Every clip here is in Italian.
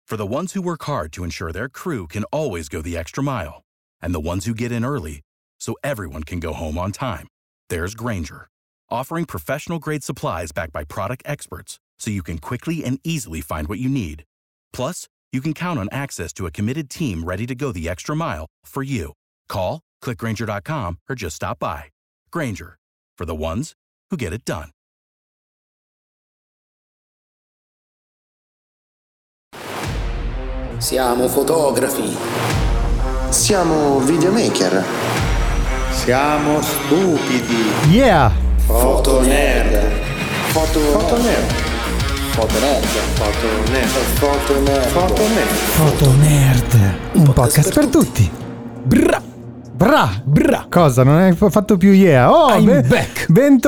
For the ones who work hard to ensure their crew can always go the extra mile, and the ones who get in early so everyone can go home on time, there's Grainger, offering professional-grade supplies backed by product experts so you can quickly and easily find what you need. Plus, you can count on access to a committed team ready to go the extra mile for you. Call, click Grainger.com, or just stop by. Grainger, for the ones who get it done. Siamo fotografi. Siamo videomaker. Siamo stupidi. Yeah! Fotonerd. Fotonerd. Fotonerd. Un podcast per tutti. Bra. Cosa? Non hai fatto più yeah? Oh, I'm back.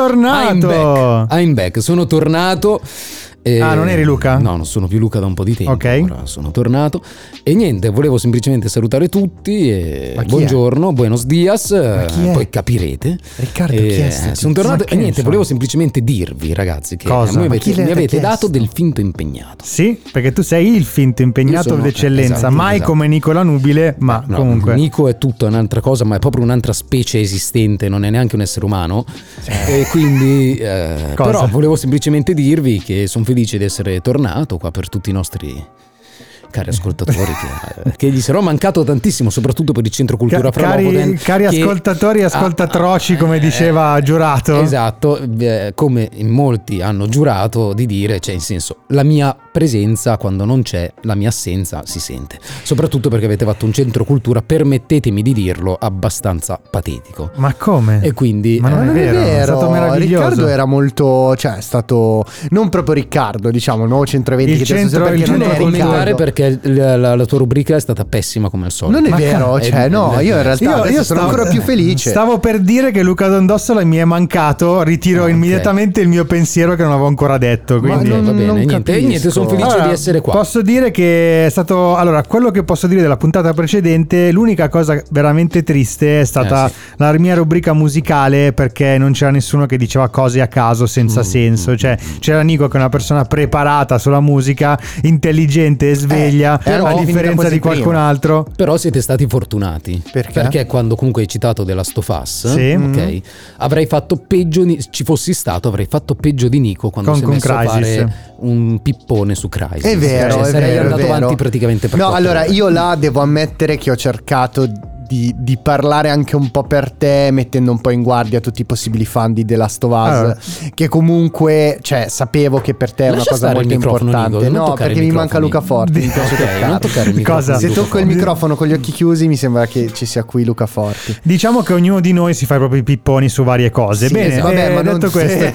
Bentornato. I'm back. Sono tornato. Non eri Luca? No, non sono più Luca da un po' di tempo. Ok. Ora sono tornato. E niente, volevo semplicemente salutare tutti. Buongiorno, buenos dias. Poi capirete. Riccardo, chi è? Sono tornato e niente, volevo semplicemente dirvi, ragazzi, che cosa? mi avete dato del finto impegnato. Sì, perché tu sei il finto impegnato d'eccellenza. Esatto, mai esatto. come Nicola Nubile, ma No, comunque. Nico è tutta un'altra cosa, ma è proprio un'altra specie esistente, non è neanche un essere umano. E quindi però volevo semplicemente dirvi che sono felice di essere tornato qua per tutti i nostri cari ascoltatori che gli sarò mancato tantissimo, soprattutto per il Centro Cultura Promoden. Cari ascoltatori e ascoltatroci, come diceva Giurato. Esatto, come in molti hanno giurato di dire, cioè in senso, la mia presenza quando non c'è, la mia assenza si sente, soprattutto perché avete fatto un Centro Cultura, permettetemi di dirlo, abbastanza patetico. Ma come? E quindi ma non è vero, è stato meraviglioso. Riccardo era molto, cioè è stato non proprio Riccardo, diciamo, il nuovo centro eventi Il che centro- perché il non centro è culturale Riccardo. perché la tua rubrica è stata pessima come al solito. Non è vero, cioè no, io in realtà Io sono ancora più felice. Stavo per dire che Luca Dondossola mi è mancato, ritiro immediatamente il mio pensiero che non avevo ancora detto. Quindi non- va bene, non niente, sono felice Allora, di essere qua. Posso dire che è stato, allora, quello che posso dire della puntata precedente, l'unica cosa veramente triste è stata la mia rubrica musicale, perché non c'era nessuno che diceva cose a caso senza senso. Cioè c'era Nico che è una persona preparata sulla musica, intelligente e sveglia, però a finita differenza così di qualcun altro. Però siete stati fortunati. Perché? quando comunque hai citato The Last of Us, Sì. ok, avrei fatto peggio, ci fossi stato, avrei fatto peggio di Nico quando si è Con messo a Crysis. fare un pippone su Crysis. È vero, Cioè, è sarei vero, andato è vero. avanti praticamente per No, 4 allora ore. io là devo ammettere che ho cercato di parlare anche un po' per te, mettendo un po' in guardia tutti i possibili fan di The Last of Us, che comunque, cioè, sapevo che per te è una Lascia cosa stare il molto microfono, importante. Nico, non No, toccare perché i mi manca microfoni. Luca Forti, mi piace Ok, toccare. non toccare il microfono. Cosa? di Se Luca tocco il Forti. microfono con gli occhi chiusi mi sembra che ci sia qui Luca Forti. Diciamo che ognuno di noi si fa i propri pipponi su varie cose. Sì, Bene, esatto. Vabbè, ma detto non- questo,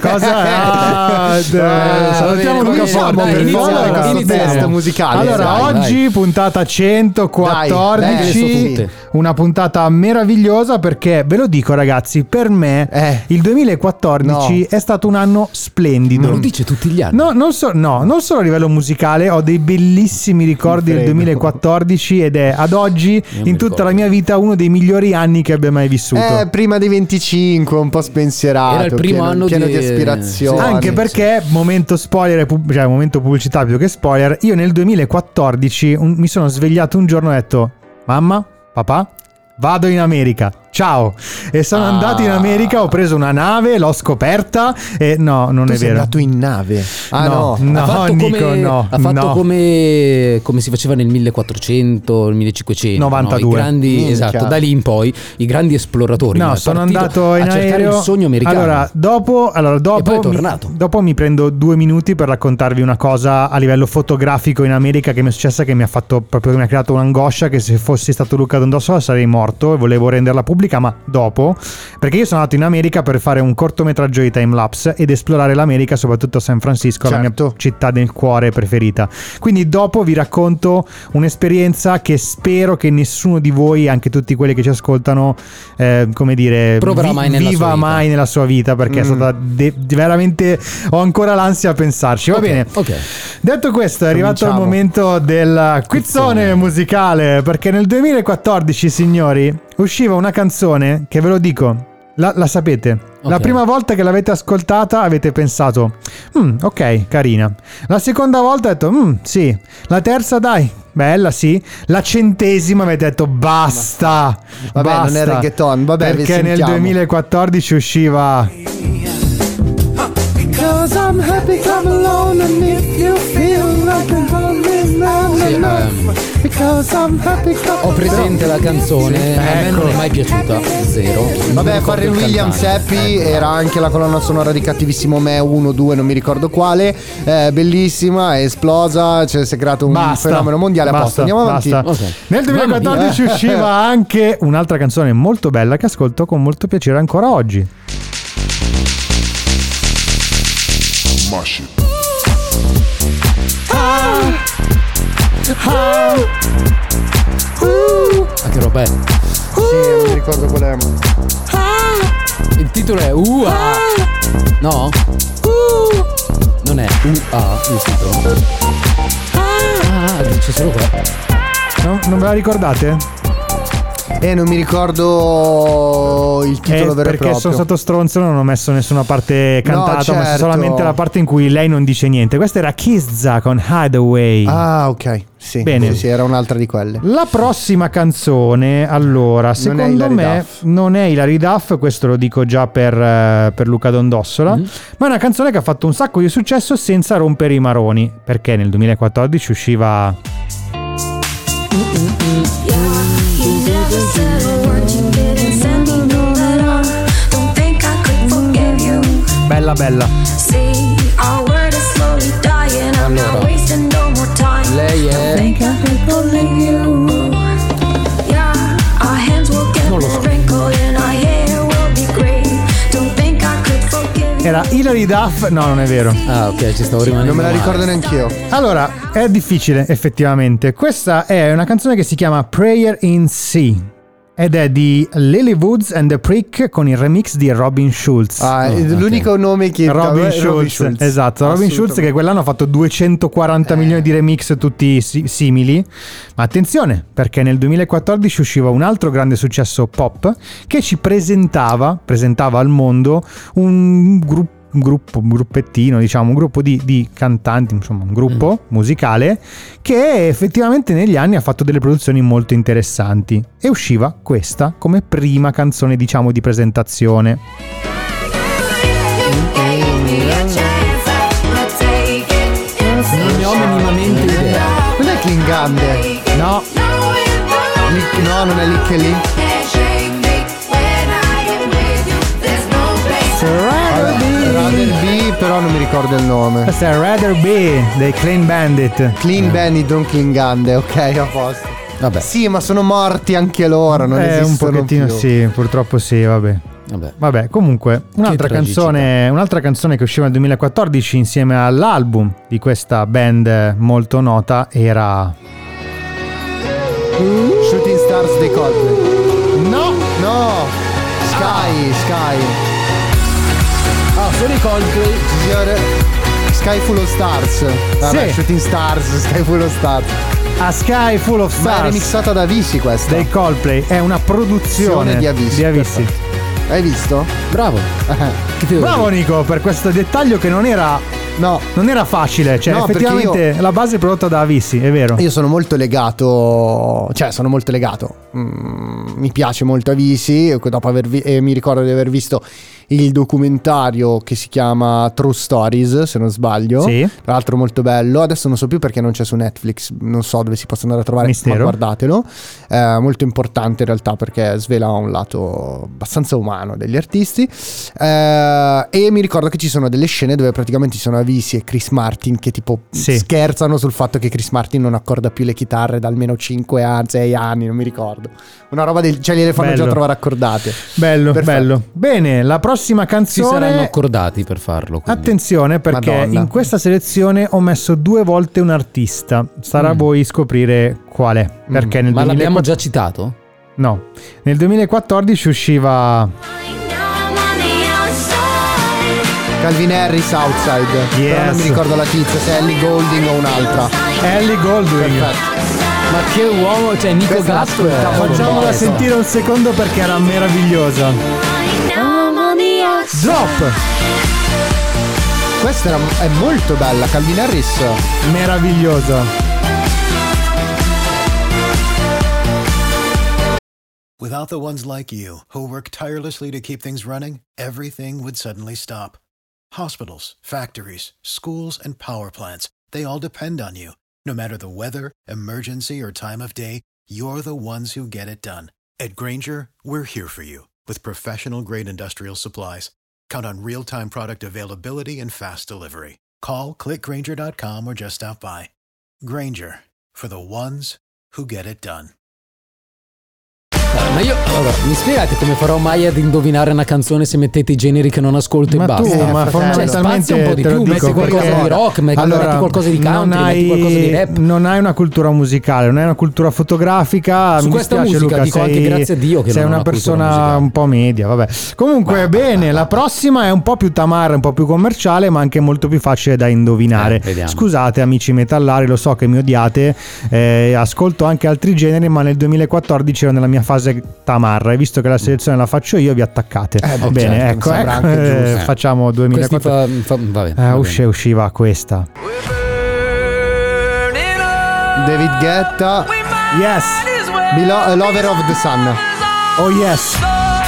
cosa? va Salutiamo bene, Luca Forti. dai, iniziamo Allora, questo test musicale. Allora, Dai, oggi puntata 114, Dai, tutte. una puntata meravigliosa, perché ve lo dico ragazzi, per me il 2014 è stato un anno splendido. Ma lo dice tutti gli anni. Non solo a livello musicale, ho dei bellissimi ricordi del 2014 ed è ad oggi in tutta la mia vita uno dei migliori anni che abbia mai vissuto. Prima dei 25, un po' spensierato. Era il primo anno pieno di- di aspirazioni. Anche perché, momento spoiler, cioè momento pubblicità più che spoiler, io nel 2014 mi sono svegliato un giorno e ho detto: mamma, papà, vado in America. Ciao. E sono andato in America, ho preso una nave, l'ho scoperta e no, non Tu è sei vero. andato in nave. No, Ha fatto Nico, come, no. ha fatto no. come si faceva nel 1400, nel 1500, 92. no? I grandi, Minchia. esatto, da lì in poi i grandi esploratori. No, è sono partito andato in a cercare aereo. il sogno americano. Allora, dopo E poi è tornato. dopo mi prendo 2 minuti per raccontarvi una cosa a livello fotografico in America che mi è successa, che mi ha fatto proprio, mi ha creato un'angoscia che se fossi stato Luca Dondossola sarei morto e volevo renderla pubblica, ma dopo, perché io sono andato in America per fare un cortometraggio di timelapse ed esplorare l'America, soprattutto San Francisco, la mia città del cuore preferita. Quindi dopo vi racconto un'esperienza che spero che nessuno di voi, anche tutti quelli che ci ascoltano, come dire, proverà mai nella viva sua vita. mai nella sua vita, perché è stata veramente, ho ancora l'ansia a pensarci. Va bene. Ok. Detto questo, è arrivato il momento del quizzone musicale, perché nel 2014, signori, usciva una canzone che, ve lo dico, La sapete. Ok. La prima volta che l'avete ascoltata avete pensato ok, carina. La seconda volta avete detto sì. La terza dai, bella, sì. La 100ª avete detto basta. Vabbè, basta. non è reggaeton, vabbè, perché nel 2014 usciva Because I'm happy, come alone, and if you feel like a homie, because I'm happy, come Ho presente la canzone, a me non è mai piaciuta, zero. Non mi Vabbè, ricordo Pharrell il Williams, cantante. Happy, era anche la colonna sonora di Cattivissimo Me 1, 2, non mi ricordo quale, bellissima, è esplosa, cioè si è creato un fenomeno mondiale. A posto, andiamo avanti. Basta. Ok. Nel 2014 usciva anche un'altra canzone molto bella che ascolto con molto piacere ancora oggi. Ah, che roba è? Sì, non mi ricordo qual è. Il titolo è UA. No? Non è UA il titolo. Dice solo qua. No? Non ve la ricordate? Non mi ricordo il titolo vero e perché proprio. sono stato stronzo, non ho messo nessuna parte cantata, No, ho messo certo. solamente la parte in cui lei non dice niente. Questa era Kizza con Hideaway. Ah, ok. Sì, Bene. sì, era un'altra di quelle. La prossima canzone, allora, secondo Hilary me Duff. non è Hilary Duff, questo lo dico già per Luca Dondossola, ma è una canzone che ha fatto un sacco di successo senza rompere i maroni, perché nel 2014 usciva Bella bella. Allora, lei è... Non lo so. Era Hilary Duff? No, non è vero. Ah, ok, ci stavo rimanendo. Non me la male. ricordo neanch'io. Allora, è difficile effettivamente. Questa è una canzone che si chiama Prayer in C ed è di Lily Woods and the Prick con il remix di Robin Schulz. Ah, l'unico nome che Robin Schulz, esatto, Robin Schulz che quell'anno ha fatto 240 milioni di remix tutti simili. Ma attenzione, perché nel 2014 usciva un altro grande successo pop che ci presentava al mondo un gruppettino, diciamo, un gruppo di cantanti, insomma, un gruppo musicale che effettivamente negli anni ha fatto delle produzioni molto interessanti e usciva questa come prima canzone, diciamo, di presentazione. Non ne ho minimamente idea. Non è Klingande? No, No, non è Lick lì. Rather Be, però non mi ricordo il nome. questa è Rather Be dei Clean Bandit. Clean Bandit, non Klingande, ok, a posto. Vabbè, Sì, ma sono morti anche loro, non esistono un pochettino più. sì, purtroppo sì, vabbè. Vabbè, comunque, un'altra canzone che usciva nel 2014 insieme all'album di questa band molto nota era Shooting Stars dei Coldplay. No, Sky. ah, sono i Coldplay. Signore, Sky Full of Stars. Vabbè, Sì. Shooting Stars, Sky Full of Stars. A Sky Full of Ma è Stars remixata da Avicii questa. dei Coldplay, è una produzione di Avicii. Perfetto. Hai visto? Bravo. Che te Bravo Nico per questo dettaglio che non era No. facile, cioè No, perché effettivamente la base è prodotta da Avicii, è vero. Io sono molto legato, mi piace molto Avicii, dopo mi ricordo di aver visto il documentario che si chiama True Stories, se non sbaglio. Sì. Tra l'altro molto bello, adesso non so più perché non c'è su Netflix, non so dove si possono andare a trovare, Mistero. ma guardatelo. Molto importante in realtà perché svela un lato abbastanza umano degli artisti. E mi ricordo che ci sono delle scene dove praticamente ci sono Avicii e Chris Martin che tipo scherzano sul fatto che Chris Martin non accorda più le chitarre da almeno 5 anni, 6 anni, non mi ricordo. Una roba cioè gliele fanno già trovare accordate. Bello, Perfetto. bello. Bene, la prossima Si canzone. saranno accordati per farlo. quindi. Attenzione perché Madonna. in questa selezione ho messo 2 volte un artista. Sarà a voi scoprire qual è. Perché nel Ma 2004 l'abbiamo già citato? No, nel 2014 usciva Calvin Harris Outside. Però non mi ricordo la tizia, se è Ellie Goulding o un'altra. Ellie Goldwing. Perfetto. Ma che uomo, cioè Nico Questa Gatto. l'ascoltavo. Facciamola Bello. sentire un secondo perché era meravigliosa. Drop. Questa è molto bella, Calvin Harris. Meraviglioso. Without the ones like you, who work tirelessly to keep things running, everything would suddenly stop. Hospitals, factories, schools, and power plants, they all depend on you. No matter the weather, emergency, or time of day, you're the ones who get it done. At Grainger, we're here for you with professional-grade industrial supplies. Count on real-time product availability and fast delivery. Call, click Grainger.com or just stop by. Grainger, for the ones who get it done. Ma io, allora, mi spiegate come farò mai ad indovinare una canzone se mettete i generi che non ascolto ma e basta? ma fondamentalmente spazia un po' di più, metti qualcosa di rock, metti qualcosa di country, metti qualcosa di rap. Non hai una cultura musicale, non hai una cultura fotografica. Su mi questa dispiace, musica Luca, dico anche grazie a Dio che sei non ho una persona musicale. un po' media, vabbè. Comunque bene, la prossima è un po' più tamarra, un po' più commerciale, ma anche molto più facile da indovinare. Scusate amici metallari, lo so che mi odiate, ascolto anche altri generi, ma nel 2014 ero nella mia fase tamarra. E visto che la selezione la faccio io, vi attaccate. Bene, certo, ecco, facciamo 2014. Usciva questa. David Guetta. Yes. Lover of the Sun. Oh yes.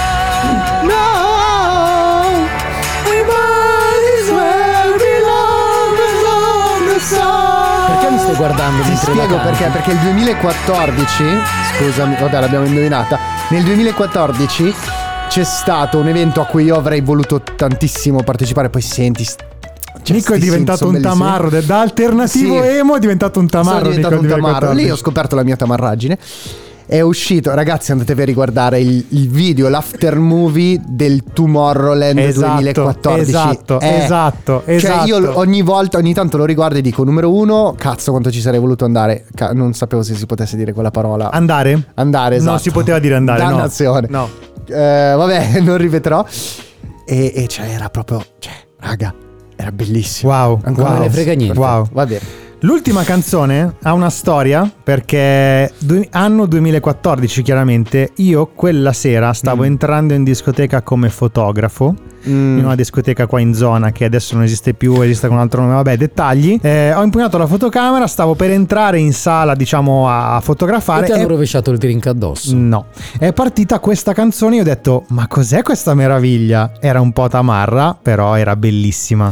Perché mi stai guardando? Ti spiego perché il 2014, scusami, vabbè, l'abbiamo indovinata. Nel 2014 c'è stato un evento a cui io avrei voluto tantissimo partecipare. Poi senti, Nico è diventato un tamarro da alternativo emo, è diventato un tamarro. Sono diventato un tamarro. Lì ho scoperto la mia tamarraggine. È uscito, ragazzi, andatevi a riguardare il video, l'after movie del Tomorrowland 2014. Esatto. Cioè io ogni tanto lo riguardo e dico, numero uno, cazzo quanto ci sarei voluto andare. Non sapevo se si potesse dire quella parola. Andare, esatto. Non si poteva dire andare, dannazione. No. Vabbè, non ripeterò. E cioè era proprio, raga, era bellissimo. Wow, ancora non ne frega niente. Wow. Va bene. L'ultima canzone ha una storia perché anno 2014 chiaramente ho quella sera stavo entrando in discoteca come fotografo in una discoteca qua in zona che adesso non esiste più, esiste con un altro nome, vabbè, dettagli. Ho impugnato la fotocamera, stavo per entrare in sala, diciamo, a fotografare e ti hanno rovesciato il drink addosso. No, è partita questa canzone, io ho detto ma cos'è questa meraviglia? Era un po' tamarra, però era bellissima.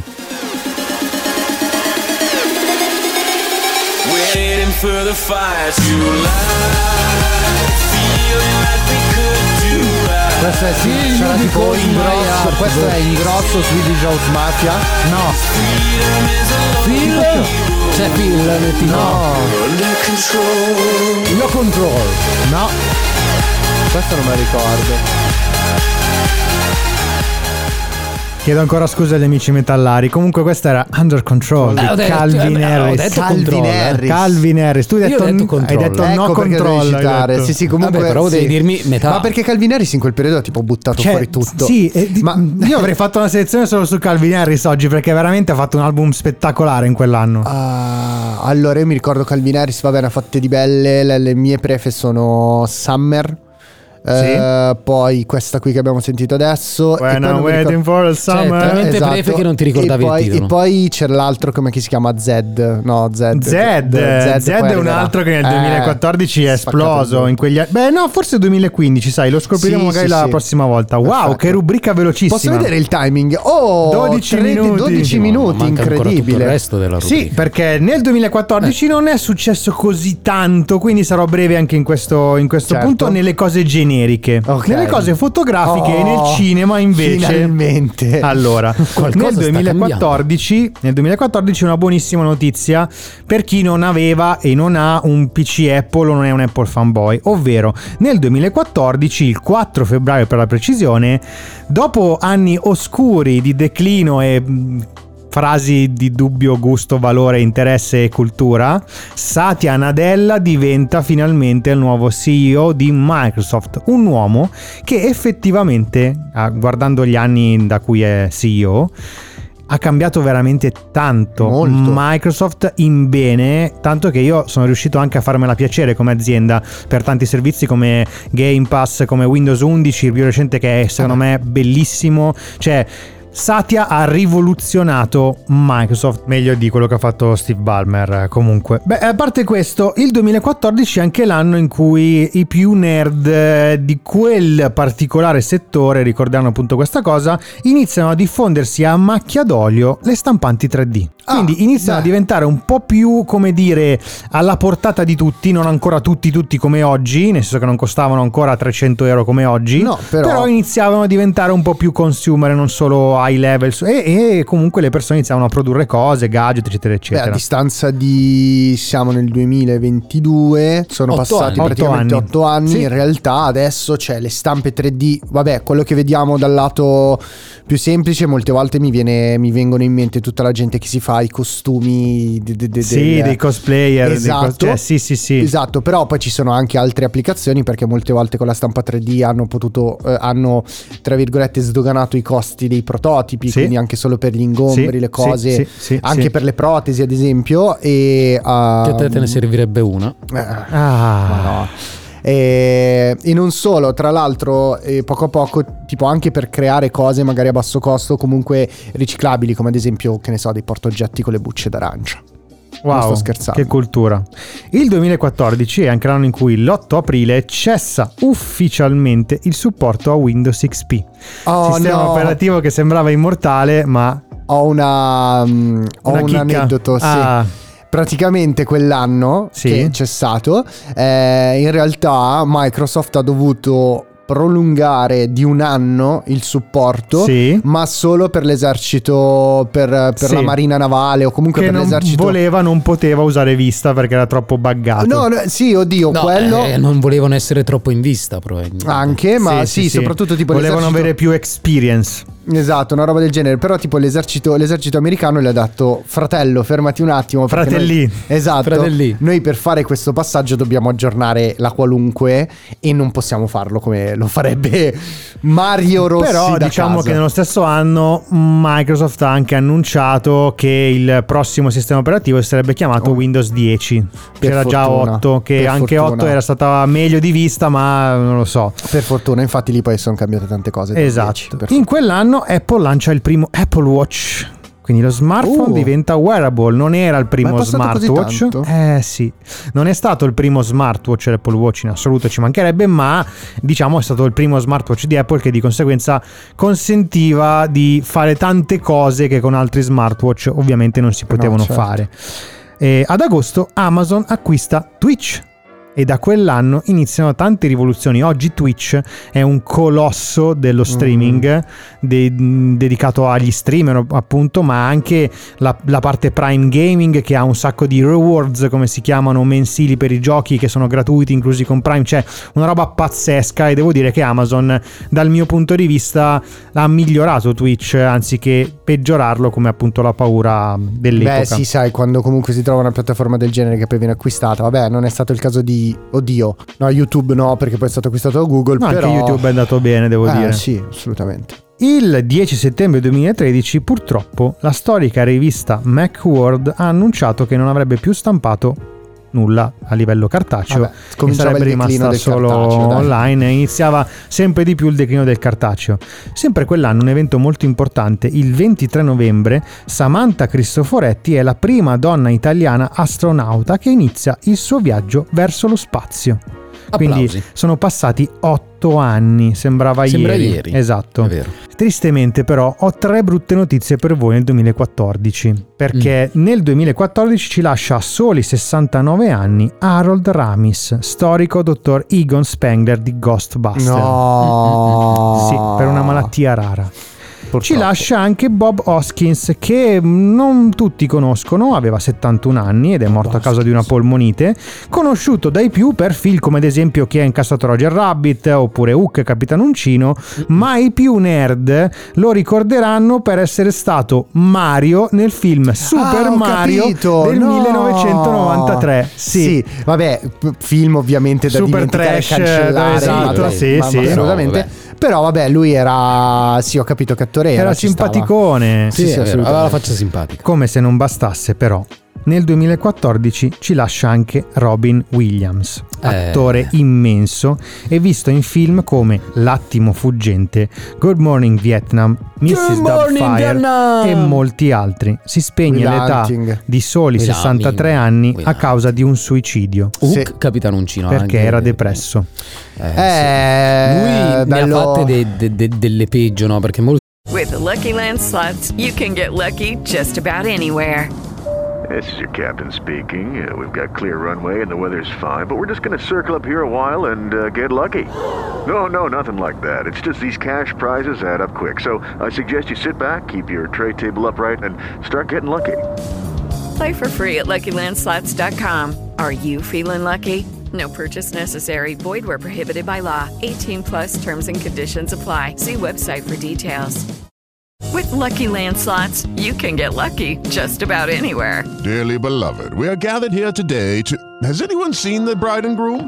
For the fire to light, feeling like we could do right. Questo è sarà tipo ingrosso, questo è ingrosso Swedish House Mafia. No. Phil? C'è Phil nel titolo? No. No Control. No. Questo non me lo ricordo. Chiedo ancora scusa agli amici metallari. Comunque questa era Under Control di Calvin Harris. Calvin Harris. Tu hai detto no control. Sì, comunque. Vabbè, però devi dirmi metà. Ma perché Calvin Harris in quel periodo ha tipo buttato fuori tutto. Sì, ma io avrei fatto una selezione solo su Calvin Harris oggi perché veramente ha fatto un album spettacolare in quell'anno. Allora io mi ricordo Calvin Harris, va bene, ha fatte di belle. Le mie prefe sono Summer. Poi questa qui che abbiamo sentito adesso, When I'm waiting for the summer, esatto. Che non ti ricordavi il titolo. E poi c'è l'altro, come si chiama, Zed è un altro che nel 2014 è esploso in quegli anni. Beh no, forse 2015, sai, lo scopriremo magari la prossima volta. Wow, perfetto. Che rubrica velocissima. Posso vedere il timing? 12 minuti, incredibile. Il resto della rubrica. Sì, perché nel 2014 non è successo così tanto, quindi sarò breve anche in questo punto nelle cose generiche. Nelle cose fotografiche e nel cinema invece finalmente. Allora, nel 2014 una buonissima notizia per chi non aveva e non ha un PC Apple o non è un Apple fanboy, ovvero nel 2014, il 4 febbraio per la precisione, dopo anni oscuri di declino e frasi di dubbio gusto, valore, interesse e cultura, Satya Nadella diventa finalmente il nuovo CEO di Microsoft, un uomo che effettivamente, guardando gli anni da cui è CEO, ha cambiato veramente tanto. Molto. Microsoft in bene, tanto che io sono riuscito anche a farmela piacere come azienda per tanti servizi come Game Pass, come Windows 11, il più recente, che è secondo me bellissimo. Cioè, Satya ha rivoluzionato Microsoft, meglio di quello che ha fatto Steve Ballmer. Comunque, a parte questo, il 2014 è anche l'anno in cui i più nerd di quel particolare settore, ricordiamo appunto questa cosa, iniziano a diffondersi a macchia d'olio le stampanti 3D. Quindi iniziano a diventare un po' più, come dire, alla portata di tutti, non ancora tutti come oggi, nel senso che non costavano ancora 300 euro come oggi, no, però iniziavano a diventare un po' più consumer, non solo high level, e comunque le persone iniziavano a produrre cose, gadget, eccetera eccetera. A distanza di, siamo nel 2022, sono passati praticamente 8 anni. Sì. In realtà adesso c'è le stampe 3D, vabbè, quello che vediamo dal lato più semplice, molte volte mi vengono in mente tutta la gente che si fa i costumi dei cosplayer. Esatto. Sì. Esatto, però poi ci sono anche altre applicazioni, perché molte volte con la stampa 3D hanno tra virgolette sdoganato i costi dei prototipi, quindi anche solo per gli ingombri, le cose, anche per le protesi ad esempio, e che a te ne servirebbe una. No. E non solo, tra l'altro poco a poco, tipo anche per creare cose magari a basso costo, comunque riciclabili, come ad esempio, che ne so, dei portaoggetti con le bucce d'arancia. Wow, non sto scherzando. Che cultura. Il 2014 è anche l'anno in cui l'8 aprile cessa ufficialmente il supporto a Windows XP, sistema operativo che sembrava immortale, ma ho un aneddoto. Sì. Praticamente quell'anno che è cessato, in realtà Microsoft ha dovuto prolungare di un anno il supporto, ma solo per l'esercito, per la marina navale, o comunque che per l'esercito. Non poteva usare Vista perché era troppo buggato. Quello non volevano essere troppo in vista, probabilmente. Anche, ma soprattutto tipo volevano avere più experience. Esatto, una roba del genere. Però tipo l'esercito americano le ha detto: fratello, fermati un attimo, fratelli. Fratelli. Noi per fare questo passaggio dobbiamo aggiornare la qualunque, e non possiamo farlo come lo farebbe Mario Rossi. Però diciamo che nello stesso anno Microsoft ha anche annunciato che il prossimo sistema operativo sarebbe chiamato Windows 10. C'era già 8, che anche 8 era stata meglio di Vista, ma non lo so. Per fortuna, infatti lì poi sono cambiate tante cose. Esatto. In quell'anno Apple lancia il primo Apple Watch. Quindi lo smartphone diventa wearable. Non era il primo smartwatch. Sì. Non è stato il primo smartwatch l'Apple Watch in assoluto, ci mancherebbe, ma diciamo è stato il primo smartwatch di Apple, che di conseguenza consentiva di fare tante cose che con altri smartwatch ovviamente non si potevano fare. Ad agosto Amazon acquista Twitch. E da quell'anno iniziano tante rivoluzioni. Oggi Twitch è un colosso dello streaming, dedicato agli streamer appunto, ma anche la parte Prime Gaming, che ha un sacco di rewards, come si chiamano, mensili per i giochi che sono gratuiti, inclusi con Prime. C'è una roba pazzesca, e devo dire che Amazon, dal mio punto di vista, ha migliorato Twitch anziché peggiorarlo, come appunto la paura dell'epoca. Beh sì, sai, quando comunque si trova una piattaforma del genere che poi viene acquistata, vabbè, non è stato il caso di YouTube, no, perché poi è stato acquistato da Google, no, però anche YouTube è andato bene, devo dire. Sì, assolutamente. Il 10 settembre 2013 purtroppo la storica rivista Macworld ha annunciato che non avrebbe più stampato nulla a livello cartaceo, e sarebbe rimasta solo online, e iniziava sempre di più il declino del cartaceo. Sempre quell'anno un evento molto importante: il 23 novembre Samantha Cristoforetti è la prima donna italiana astronauta che inizia il suo viaggio verso lo spazio. Quindi sono passati 8 anni, sembra ieri. Esatto. È vero. Tristemente però ho 3 brutte notizie per voi nel 2014, perché nel 2014 ci lascia a soli 69 anni Harold Ramis, storico dottor Egon Spengler di Ghostbusters. No. Sì, per una malattia rara. Ci lascia anche Bob Hoskins, che non tutti conoscono, aveva 71 anni ed è morto a causa di una polmonite, conosciuto dai più per film come ad esempio Chi ha incassato Roger Rabbit oppure Hook, Capitano Uncino, ma i più nerd lo ricorderanno per essere stato Mario nel film Super Mario del 1993. Sì, vabbè, film ovviamente da super dimenticare, trash, cancellare, esatto, assolutamente. Però vabbè, lui era, sì, ho capito che attore era simpaticone. Sì, assolutamente. aveva la faccia simpatica. Come se non bastasse, però, nel 2014 ci lascia anche Robin Williams, attore immenso e visto in film come L'attimo fuggente, Good Morning Vietnam, Mrs. Doubtfire e molti altri. Si spegne all'età di soli 63 anni a causa di un suicidio. Capitano Uncino, perché era depresso. Lui ne ha fatte delle peggio, no? Perché molti. With the Lucky Land Slots, you can get lucky just about anywhere. This is your captain speaking. We've got clear runway and the weather's fine, but we're just going to circle up here a while and get lucky. No, nothing like that. It's just these cash prizes add up quick. So I suggest you sit back, keep your tray table upright, and start getting lucky. Play for free at LuckyLandSlots.com. Are you feeling lucky? No purchase necessary. Void where prohibited by law. 18 plus terms and conditions apply. See website for details. With Lucky Land Slots, you can get lucky just about anywhere. Dearly beloved, we are gathered here today to... Has anyone seen the bride and groom?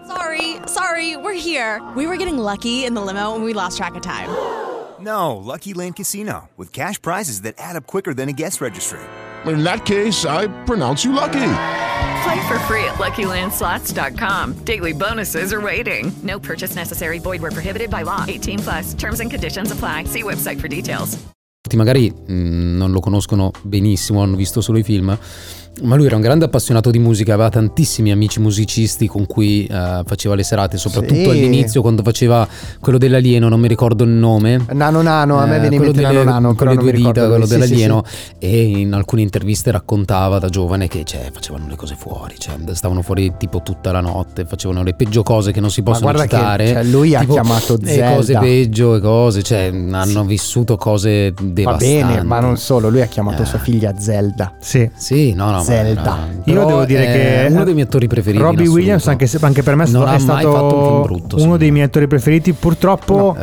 Sorry, we're here. We were getting lucky in the limo and we lost track of time. No, Lucky Land Casino, with cash prizes that add up quicker than a guest registry. In that case, I pronounce you lucky. Play for free at LuckyLandSlots.com. Daily bonuses are waiting. No purchase necessary. Void where prohibited by law. 18 plus. Terms and conditions apply. See website for details. Magari non lo conoscono benissimo, hanno visto solo i film, ma lui era un grande appassionato di musica, aveva tantissimi amici musicisti con cui faceva le serate, soprattutto all'inizio quando faceva quello dell'alieno, non mi ricordo il nome. Nano, a me viene in mente Nano, con le due dita, quello dell'alieno, e in alcune interviste raccontava da giovane che facevano le cose fuori, stavano fuori tipo tutta la notte, facevano le peggio cose che non si possono citare. Che, lui ha chiamato Zelda. Cose peggio e cose, hanno vissuto cose devastanti. Va bene, ma non solo, lui ha chiamato sua figlia Zelda. Sì, no, Zelda. Io devo dire che è uno dei miei attori preferiti. Robbie Williams, anche per me è stato uno dei miei attori preferiti. Purtroppo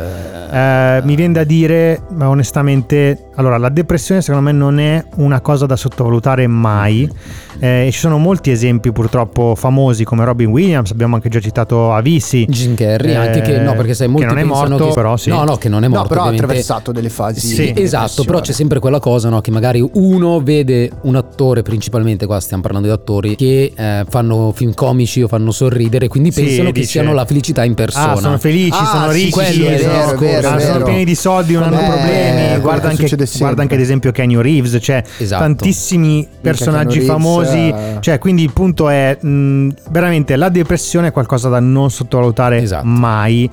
mi viene da dire, ma onestamente, allora, la depressione secondo me non è una cosa da sottovalutare mai. Ci sono molti esempi purtroppo famosi come Robin Williams, abbiamo anche già citato Avicii, Jim Carrey, anche che no, perché sai, molti che non è morto, però sì. No, che non è morto, però ha attraversato delle fasi. Sì, esatto, però c'è sempre quella cosa, no, che magari uno vede un attore, principalmente qua stiamo parlando di attori che fanno film comici o fanno sorridere, quindi pensano che siano la felicità in persona. Sono felici, sono ricchi, sono pieni di soldi, non hanno problemi. Guarda anche ad esempio Keanu Reeves, tantissimi personaggi famosi. Quindi il punto è veramente la depressione è qualcosa da non sottovalutare mai,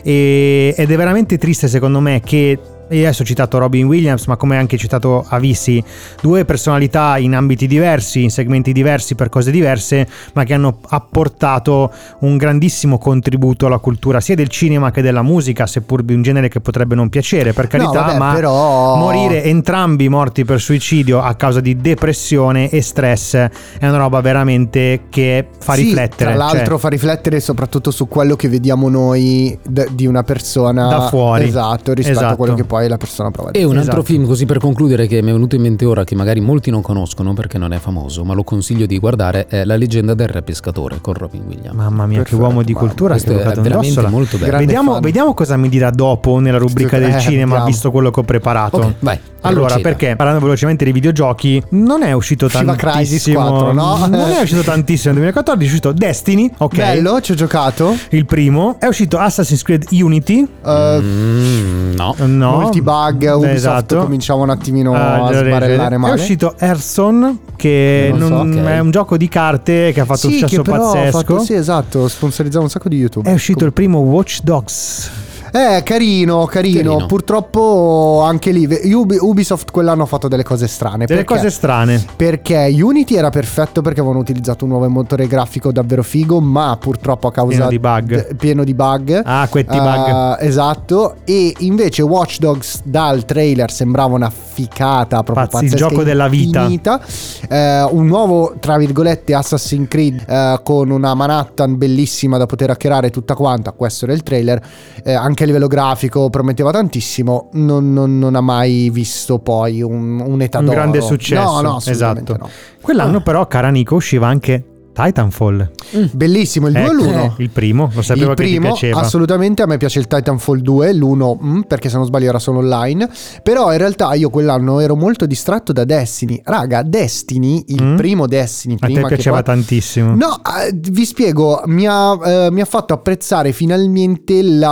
ed è veramente triste secondo me che io adesso ho citato Robin Williams, ma come anche citato Avicii, due personalità in ambiti diversi, in segmenti diversi, per cose diverse, ma che hanno apportato un grandissimo contributo alla cultura sia del cinema che della musica, seppur di un genere che potrebbe non piacere, per carità, però morire entrambi morti per suicidio a causa di depressione e stress è una roba veramente che fa riflettere. Tra l'altro fa riflettere soprattutto su quello che vediamo noi di una persona da fuori, rispetto a quello che poi la persona prova. E un altro film, così per concludere, che mi è venuto in mente ora, che magari molti non conoscono perché non è famoso, ma lo consiglio di guardare, è La leggenda del re pescatore con Robin Williams. Mamma mia, che uomo di cultura, questo è veramente molto bello. Vediamo cosa mi dirà dopo nella rubrica del cinema, visto quello che ho preparato. Okay, vai. Allora, perché parlando velocemente di videogiochi, non è uscito tantissimo. 4, no? Non è uscito tantissimo nel 2014, è uscito Destiny, ok. Bello, ci ho giocato. Il primo. È uscito Assassin's Creed Unity. No. Multibug, Ubisoft cominciamo un attimino a sbarellare male. È uscito Hearthstone, che è un gioco di carte che ha fatto successo pazzesco. Sì, esatto, sponsorizzato un sacco di YouTube. È uscito il primo Watch Dogs. Carino. Purtroppo anche lì Ubisoft quell'anno ha fatto delle cose strane. Perché Unity era perfetto perché avevano utilizzato un nuovo motore grafico davvero figo, ma purtroppo a causa pieno di bug. Questi bug. Esatto. E invece Watch Dogs dal trailer sembrava una ficata proprio pazzesca, il gioco della vita. Un nuovo tra virgolette Assassin's Creed con una Manhattan bellissima da poter hackerare tutta quanta. Questo era il trailer. Anche a livello grafico prometteva tantissimo, non ha mai visto poi un'età d'oro, grande successo. No, esatto. No. Quell'anno però, cara Nico, usciva anche Titanfall. Bellissimo, il 2 o l'1? Il primo, lo sapevo che ti piaceva. Assolutamente, a me piace il Titanfall 2, l'1 perché se non sbaglio era solo online, però in realtà io quell'anno ero molto distratto da Destiny. Raga, Destiny, il primo Destiny, a te piaceva tantissimo. No, vi spiego, mi ha fatto apprezzare finalmente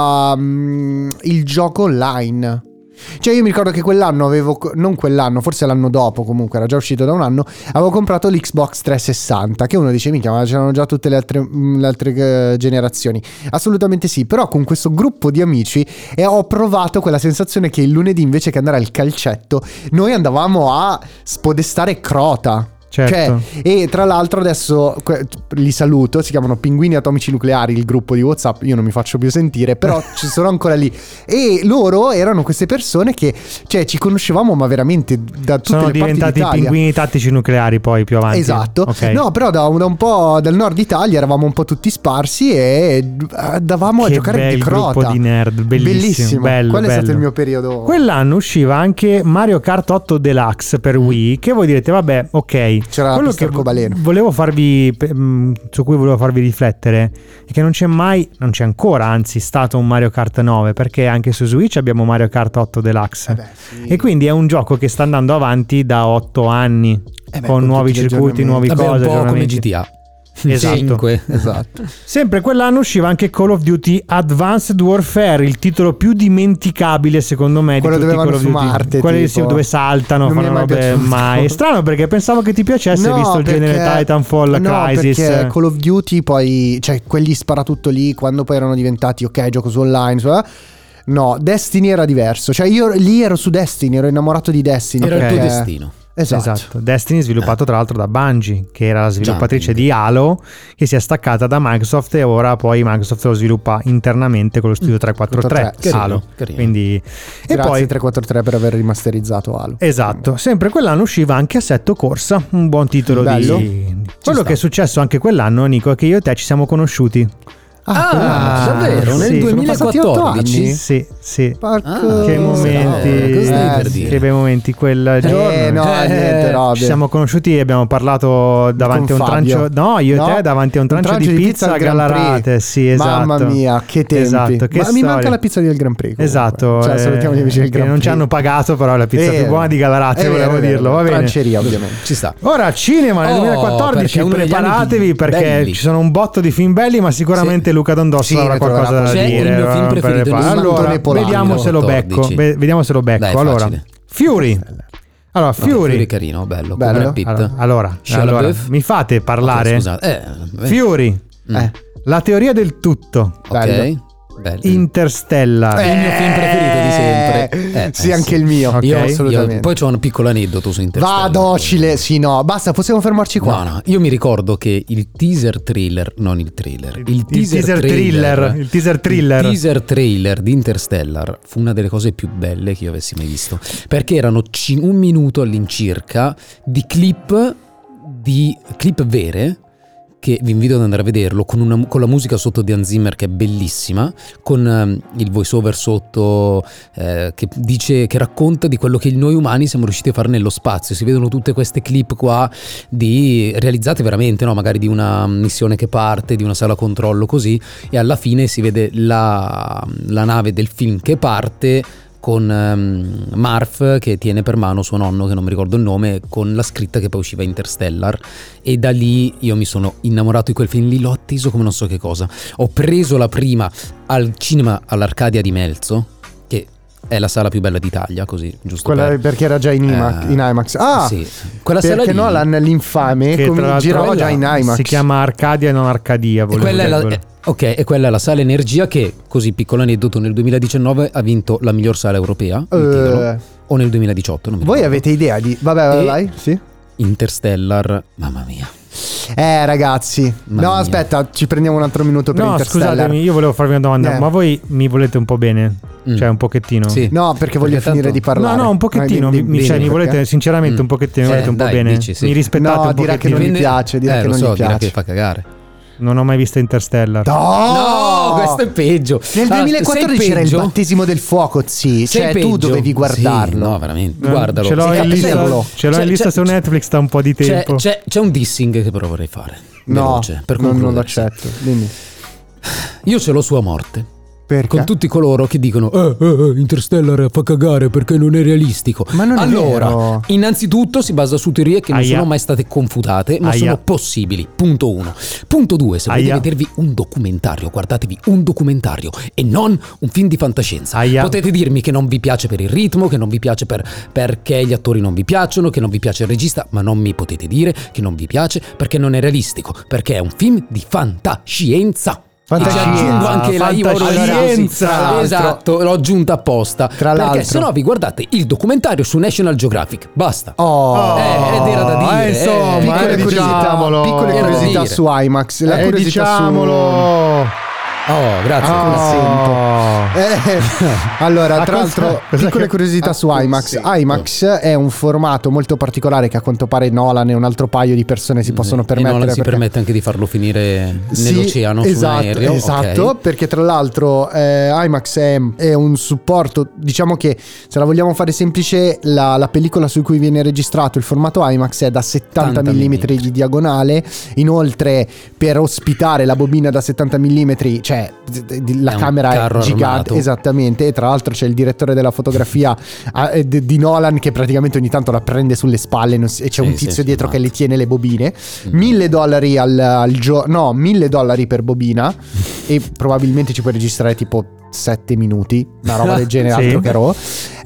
il gioco online. Cioè io mi ricordo che quell'anno non quell'anno, forse l'anno dopo, comunque era già uscito da un anno, avevo comprato l'Xbox 360, che uno dice minchia, ma c'erano già tutte le altre generazioni. Assolutamente sì, però con questo gruppo di amici ho provato quella sensazione che il lunedì invece che andare al calcetto noi andavamo a spodestare Crota. Certo. Cioè, e tra l'altro adesso li saluto, si chiamano Pinguini Atomici Nucleari, il gruppo di WhatsApp, io non mi faccio più sentire, però ci sono ancora lì, e loro erano queste persone che, cioè, ci conoscevamo ma veramente da tutte sono le parti d'Italia. Sono diventati Pinguini Tattici Nucleari poi più avanti. Esatto, okay. No, però da un po' dal nord Italia eravamo un po' tutti sparsi e andavamo a giocare di Crota. Gruppo di nerd, bellissimo. Bello, Qual è bello. stato il mio periodo? Quell'anno usciva anche Mario Kart 8 Deluxe per Wii, che voi direte vabbè, ok. C'era quello che volevo farvi su cui volevo farvi riflettere è che non c'è ancora, anzi, stato un Mario Kart 9, perché anche su Switch abbiamo Mario Kart 8 Deluxe, sì. E quindi è un gioco che sta andando avanti da 8 anni con nuovi circuiti, nuove cose, un po' come GTA. Esatto. Esatto. Sempre quell'anno usciva anche Call of Duty Advanced Warfare, il titolo più dimenticabile secondo me quello di tutti dove Call of Duty. Marte, quelli dove saltano, fanno robe mai. È strano perché pensavo che ti piacesse, visto il genere Titanfall, Crysis. Perché Call of Duty poi, cioè quelli sparatutto lì, quando poi erano diventati ok, gioco su online, no, Destiny era diverso. Cioè io lì ero su Destiny, ero innamorato di Destiny. Era il tuo destino. Esatto. Destiny sviluppato tra l'altro da Bungie, che era la sviluppatrice di Halo, che si è staccata da Microsoft e ora poi Microsoft lo sviluppa internamente con lo studio 343 Halo. Carino. Quindi grazie e poi 343 per aver rimasterizzato Halo. Esatto. Sempre quell'anno usciva anche Assetto Corsa, un buon titolo. Bello. Quello che è successo anche quell'anno, Nico, è che io e te ci siamo conosciuti. Davvero? Nel 2014? Sì. Porco. Che momenti, che bei momenti quel giorno. Niente, ci siamo conosciuti e abbiamo parlato davanti a un trancio. No, io e te davanti a un trancio di pizza a Gallarate. Sì, esatto. Mamma mia, che tempi. Esatto, che ma mi manca la pizza del Grand Prix. Esatto. Cioè, salutiamo gli amici del Grand non Prix. ci hanno pagato, però è la pizza più buona di Gallarate, volevo dirlo. Va bene. Franceria, ovviamente. Ci sta. Ora cinema nel 2014, preparatevi perché ci sono un botto di film belli, ma sicuramente Luca D'Ondosso avrà qualcosa da dire. Il mio film preferito. Allora, vediamo se lo becco. Dai, allora, facile. Fury. Allora, Fury è carino, bello. Come Pitt. Allora, mi fate parlare? Okay, Fury. La teoria del tutto. Ok. Bello. Interstellar, il mio film preferito di sempre. Sì, anche il mio. Okay. Io assolutamente. Poi c'ho un piccolo aneddoto su Interstellar. Va docile, sì, no, basta, possiamo fermarci qua. No, io mi ricordo che il teaser trailer, non il trailer, il teaser trailer di Interstellar fu una delle cose più belle che io avessi mai visto, perché erano un minuto all'incirca di clip vere, che vi invito ad andare a vederlo, con la musica sotto di Hans Zimmer che è bellissima, con il voice over sotto che racconta di quello che noi umani siamo riusciti a fare nello spazio. Si vedono tutte queste clip qua realizzate veramente, no? Magari di una missione che parte, di una sala controllo così, e alla fine si vede la nave del film che parte con Marv che tiene per mano suo nonno, che non mi ricordo il nome, con la scritta che poi usciva Interstellar, e da lì io mi sono innamorato di quel film lì, l'ho atteso come non so che cosa. Ho preso la prima al cinema all'Arcadia di Melzo, che è la sala più bella d'Italia, così giusto quella perché era già in IMAX. Sì, quella sala perché lì, Nolan l'infame come girava già in IMAX. Si chiama Arcadia e non Arcadia, e quella è la sala Energia, che, così piccolo aneddoto, nel 2019 ha vinto la miglior sala europea, o nel 2018, non mi ricordo. Voi avete idea di... vai, sì. Interstellar, mamma mia. Ragazzi, aspetta, ci prendiamo un altro minuto per Interstellar. Scusatemi, io volevo farvi una domanda, ma voi mi volete un po' bene? Cioè un pochettino? Sì. No, perché voglio finire di parlare. No, un pochettino, mi volete sinceramente un pochettino, mi volete un po' bene? Dici, sì. Mi rispettate un pochettino? Dirà che non gli piace, dirà che non gli piace. Dirà che fa cagare. Non ho mai visto Interstellar. No, questo è peggio. Nel 2014 c'era il battesimo del fuoco, sì. Cioè tu dovevi guardarlo. Sì, no, veramente. Guardalo. Ce l'ho in lista su Netflix da un po' di tempo. C'è un dissing che però vorrei fare. No, veloce, per non lo accetto. Dimmi. Io ce l'ho su A morte. Perché? Con tutti coloro che dicono Interstellar fa cagare perché non è realistico. Ma non è vero. Innanzitutto si basa su teorie che non sono mai state confutate, ma sono possibili. Punto 1. Punto 2. Se volete vedervi un documentario, guardatevi un documentario e non un film di fantascienza. Potete dirmi che non vi piace per il ritmo, che non vi piace perché gli attori non vi piacciono, che non vi piace il regista, ma non mi potete dire che non vi piace perché non è realistico, perché è un film di fantascienza. E ci aggiungo anche la fantascienza. Esatto, l'ho aggiunta apposta. Perché se no vi guardate il documentario su National Geographic. Basta. Ed era da dire. Insomma, piccole curiosità su IMAX. La curiosità grazie. Allora, tra l'altro, piccole curiosità su IMAX. IMAX è un formato molto particolare che a quanto pare Nolan e un altro paio di persone si possono permettere. Nolan si permette anche di farlo finire nell'oceano su un aereo. Esatto, perché tra l'altro IMAX è un supporto, diciamo che se la vogliamo fare semplice, la pellicola su cui viene registrato il formato IMAX è da 70 mm di diagonale. Inoltre, per ospitare la bobina da 70 mm, cioè la camera è gigante, armato. Esattamente. E tra l'altro c'è il direttore della fotografia di Nolan che praticamente ogni tanto la prende sulle spalle e c'è un tizio dietro che le tiene le bobine. $1,000 al giorno, no, $1,000 per bobina e probabilmente ci puoi registrare tipo 7 minuti, una roba del genere. Altro che Raw.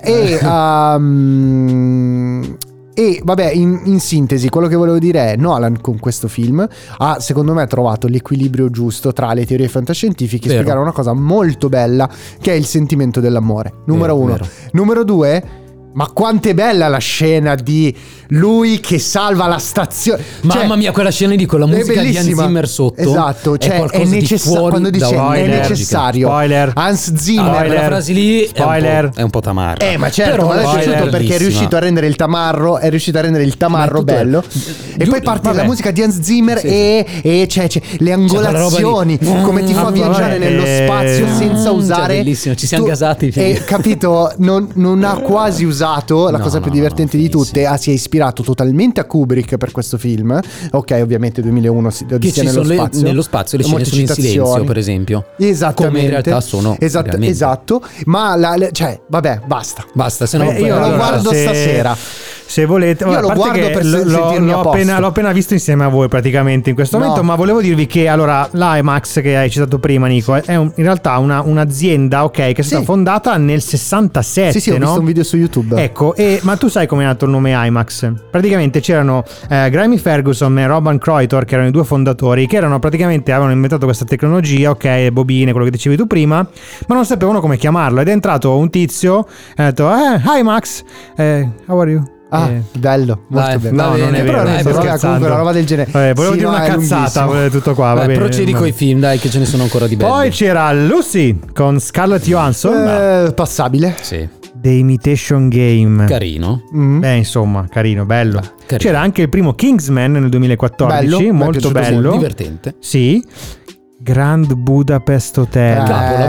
E vabbè, in sintesi, quello che volevo dire è: Nolan con questo film ha, secondo me, trovato l'equilibrio giusto tra le teorie fantascientifiche e spiegare una cosa molto bella, che è il sentimento dell'amore. Numero 1. Numero 2. Ma quanto è bella la scena di lui che salva la stazione. Mamma mia, quella scena di con la musica di Hans Zimmer sotto. Esatto, cioè è necessario. Quando dice è necessario. Spoiler. Hans Zimmer. Quella frase lì spoiler. È un po' tamarra. Ma certo, ma è piaciuto perché è riuscito a rendere il tamarro. È riuscito a rendere il tamarro bello. E poi parte la musica di Hans Zimmer e c'è le angolazioni, come ti fa viaggiare nello spazio senza usare. Bellissimo, ci siamo gasati. Capito? Non ha quasi usato la cosa più divertente di tutte. Si è ispirato totalmente a Kubrick per questo film. Ok, ovviamente 2001 Odissea nello spazio le scene sono in silenzio, per esempio. Esattamente. Come in realtà sono esatto. Ma cioè vabbè, basta, se no io lo guardo stasera. Se volete, io lo guardo per sentirmi a posto. L'ho appena visto insieme a voi praticamente in questo momento, ma volevo dirvi che allora l'IMAX che hai citato prima, Nico, è in realtà un'azienda, ok, che è stata fondata nel 67. Sì, ho visto un video su YouTube. Ecco, ma tu sai come è nato il nome IMAX? Praticamente c'erano Graeme Ferguson e Robin Croytor, che erano i due fondatori, che avevano inventato questa tecnologia, ok, bobine, quello che dicevi tu prima, ma non sapevano come chiamarlo. Ed è entrato un tizio e ha detto IMAX, how are you? Bello, molto bello. No, non è vero. Comunque una roba del genere. Volevo dire una cazzata, tutto qua. Va bene. Procedi coi film, dai, che ce ne sono ancora di belli. Poi c'era Lucy con Scarlett Johansson. Passabile. Sì. The Imitation Game. Carino. Insomma, carino, bello. Carino. C'era anche il primo Kingsman nel 2014, molto bello. Divertente. Sì. Grand Budapest Hotel.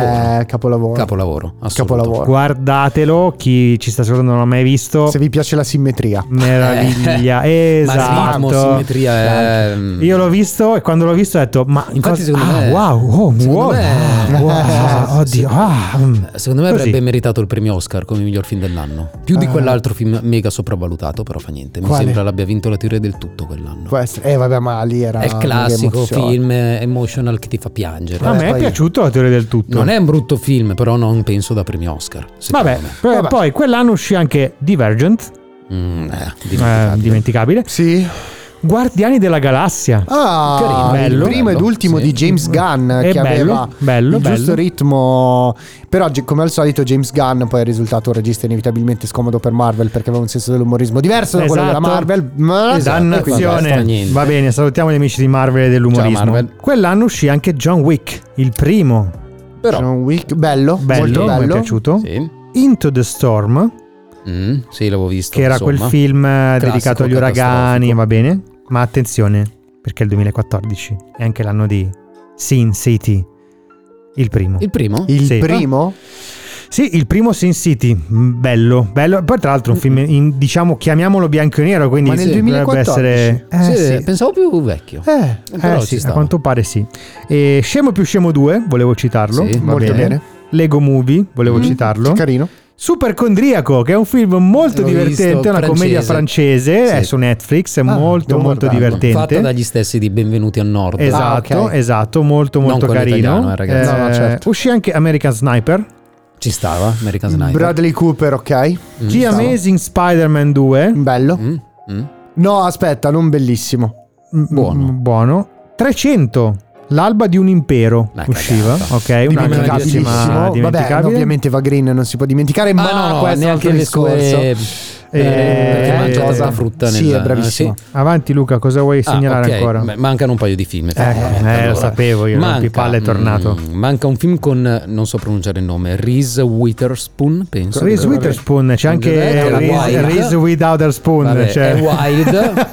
Capolavoro. Guardatelo, chi ci sta ascoltando non l'ha mai visto. Se vi piace la simmetria. Meraviglia. Esatto. Ma simmetria è... Io l'ho visto e quando l'ho visto ho detto ma infatti secondo me wow. Oddio. Secondo me avrebbe meritato il premio Oscar come miglior film dell'anno. Più di quell'altro film mega sopravvalutato, però fa niente. Mi sembra l'abbia vinto La teoria del tutto quell'anno. Può essere. Vabbè, ma lì era... È il classico film emotional che ti fa piangere. A me è piaciuto La teoria del tutto. Non è un brutto film, però non penso da premio Oscar. Vabbè. Poi quell'anno uscì anche Divergent. Dimenticabile. Sì. Guardiani della Galassia. Carino, bello, il primo ed ultimo di James Gunn, che aveva il giusto ritmo. Però come al solito James Gunn poi è risultato un regista inevitabilmente scomodo per Marvel, perché aveva un senso dell'umorismo diverso da quello della Marvel. Dannazione. Va bene, salutiamo gli amici di Marvel e dell'umorismo. Marvel. Quell'anno uscì anche John Wick, il primo. Però John Wick, bello, molto bello. Mi è piaciuto. Sì. Into the Storm. Sì, l'avevo visto. Che era quel film dedicato agli uragani, va bene. Ma attenzione, perché il 2014 è anche l'anno di Sin City, il primo. Il primo? Il Sì. primo? Sì, il primo Sin City, bello. Poi tra l'altro un film, diciamo, chiamiamolo bianco e nero, quindi Ma nel dovrebbe 2014? essere... Sì, pensavo più vecchio. Però sì, ci a stava. quanto pare sì. E Scemo più Scemo 2, volevo citarlo. Sì, va molto bene. Lego Movie, volevo citarlo. Carino. Supercondriaco, che è un film molto L'ho divertente, visto, una commedia francese, Sì. è su Netflix, è molto devo molto guardarlo. divertente. Fatta dagli stessi di Benvenuti a Nord. Esatto, ok. esatto, molto Non molto quello carino. italiano, ragazzi. No, certo. Uscì anche American Sniper. Ci stava, American Sniper. Bradley Cooper, ok. The Amazing Spider-Man 2. Bello. No, aspetta, non bellissimo. Buono. 300. L'alba di un impero Una usciva, cagata. ok, una Dimenticabile. grandissima Vabbè, dimenticabile. ovviamente Eva Green non si può dimenticare, ma no, questo è un neanche altro le discorso. sue perché mangia cosa? tanta frutta Sì, nel, è bravissimo. sì. Avanti Luca, cosa vuoi segnalare ok. ancora? Beh, mancano un paio di film. effettivamente. Lo Allora, sapevo io, Rompipalle è tornato. Manca un film con, non so pronunciare il nome, Reese Witherspoon, penso. Reese Witherspoon, c'è anche È Wild. Reese Without a Spoon. Vabbè, Cioè. è Wild.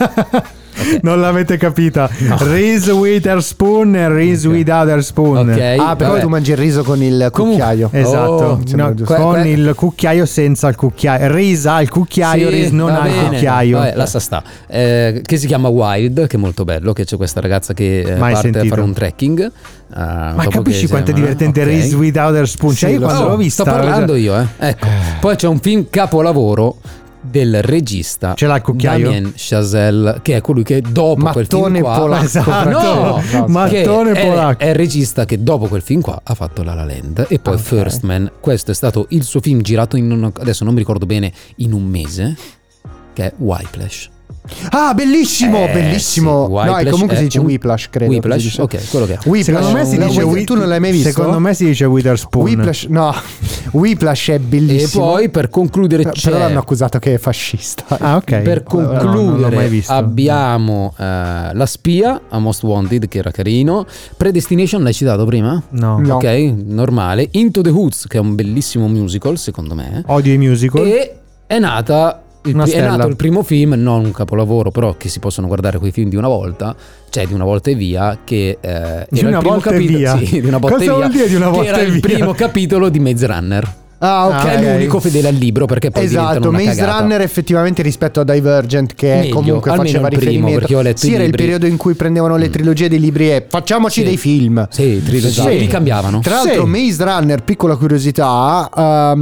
Non l'avete capita. Reese Witherspoon e Reese Without a Spoon. Ok, Però vabbè. tu mangi il riso con il cucchiaio. Esatto, Oh, sembra giusto. con il cucchiaio senza il cucchiaio. Reese ha il cucchiaio, Sì, Reese non va ha il bene. cucchiaio. Vabbè, lascia sta. Che si chiama Wild, che è molto bello, che c'è questa ragazza che Mai parte sentito. a fare un trekking. Ma capisci quanto è divertente Reese Without a Spoon? Cioè, io quando l'ho vista sto parlando io, Ecco. Poi c'è un film capolavoro del regista Ce l'ha il cucchiaio? Damien Chazelle, che è colui che dopo quel Mattone film qua polacco. Esatto. no, Mattone che polacco. è il regista che dopo quel film qua ha fatto La La Land e poi First Man. Questo è stato il suo film girato adesso non mi ricordo bene, in un mese, che è Whiplash. Ah, bellissimo, bellissimo. sì, No, e Whiplash comunque è si dice un- Whiplash, credo. Whiplash, si dice. ok, quello che è. Whiplash. Secondo me si dice tu non l'hai mai visto? Secondo me si dice Witherspoon. Whiplash, no. Whiplash è bellissimo. E poi per concludere c'è, Però l'hanno accusato che è fascista. Ah, ok. per No, non l'ho concludere mai visto. abbiamo La Spia, a Most Wanted, che era carino. Predestination l'hai citato prima? No. No. Ok, normale. Into the Woods, che è un bellissimo musical secondo me. Odio i musical. E è nata Una è stella. nato il primo film, non un capolavoro, però che si possono guardare quei film di una volta, cioè di Una volta e via, che era Di il una primo volta e capitolo, via? sì, di Una volta Cosa e via, vuol dire di una che volta era e il via? primo capitolo di Maze Runner. Ah, ok. Che è l'unico fedele al libro, perché poi diventano Esatto, una Maze cagata. Runner effettivamente rispetto a Divergent, che Meglio, comunque almeno faceva il primo, riferimento. perché io ho letto sì, i era il libri. periodo in cui prendevano le trilogie dei libri e facciamoci Sì. dei film. Sì, trilogia. Sì. Li cambiavano. Tra l'altro, Sì. Maze Runner, piccola curiosità,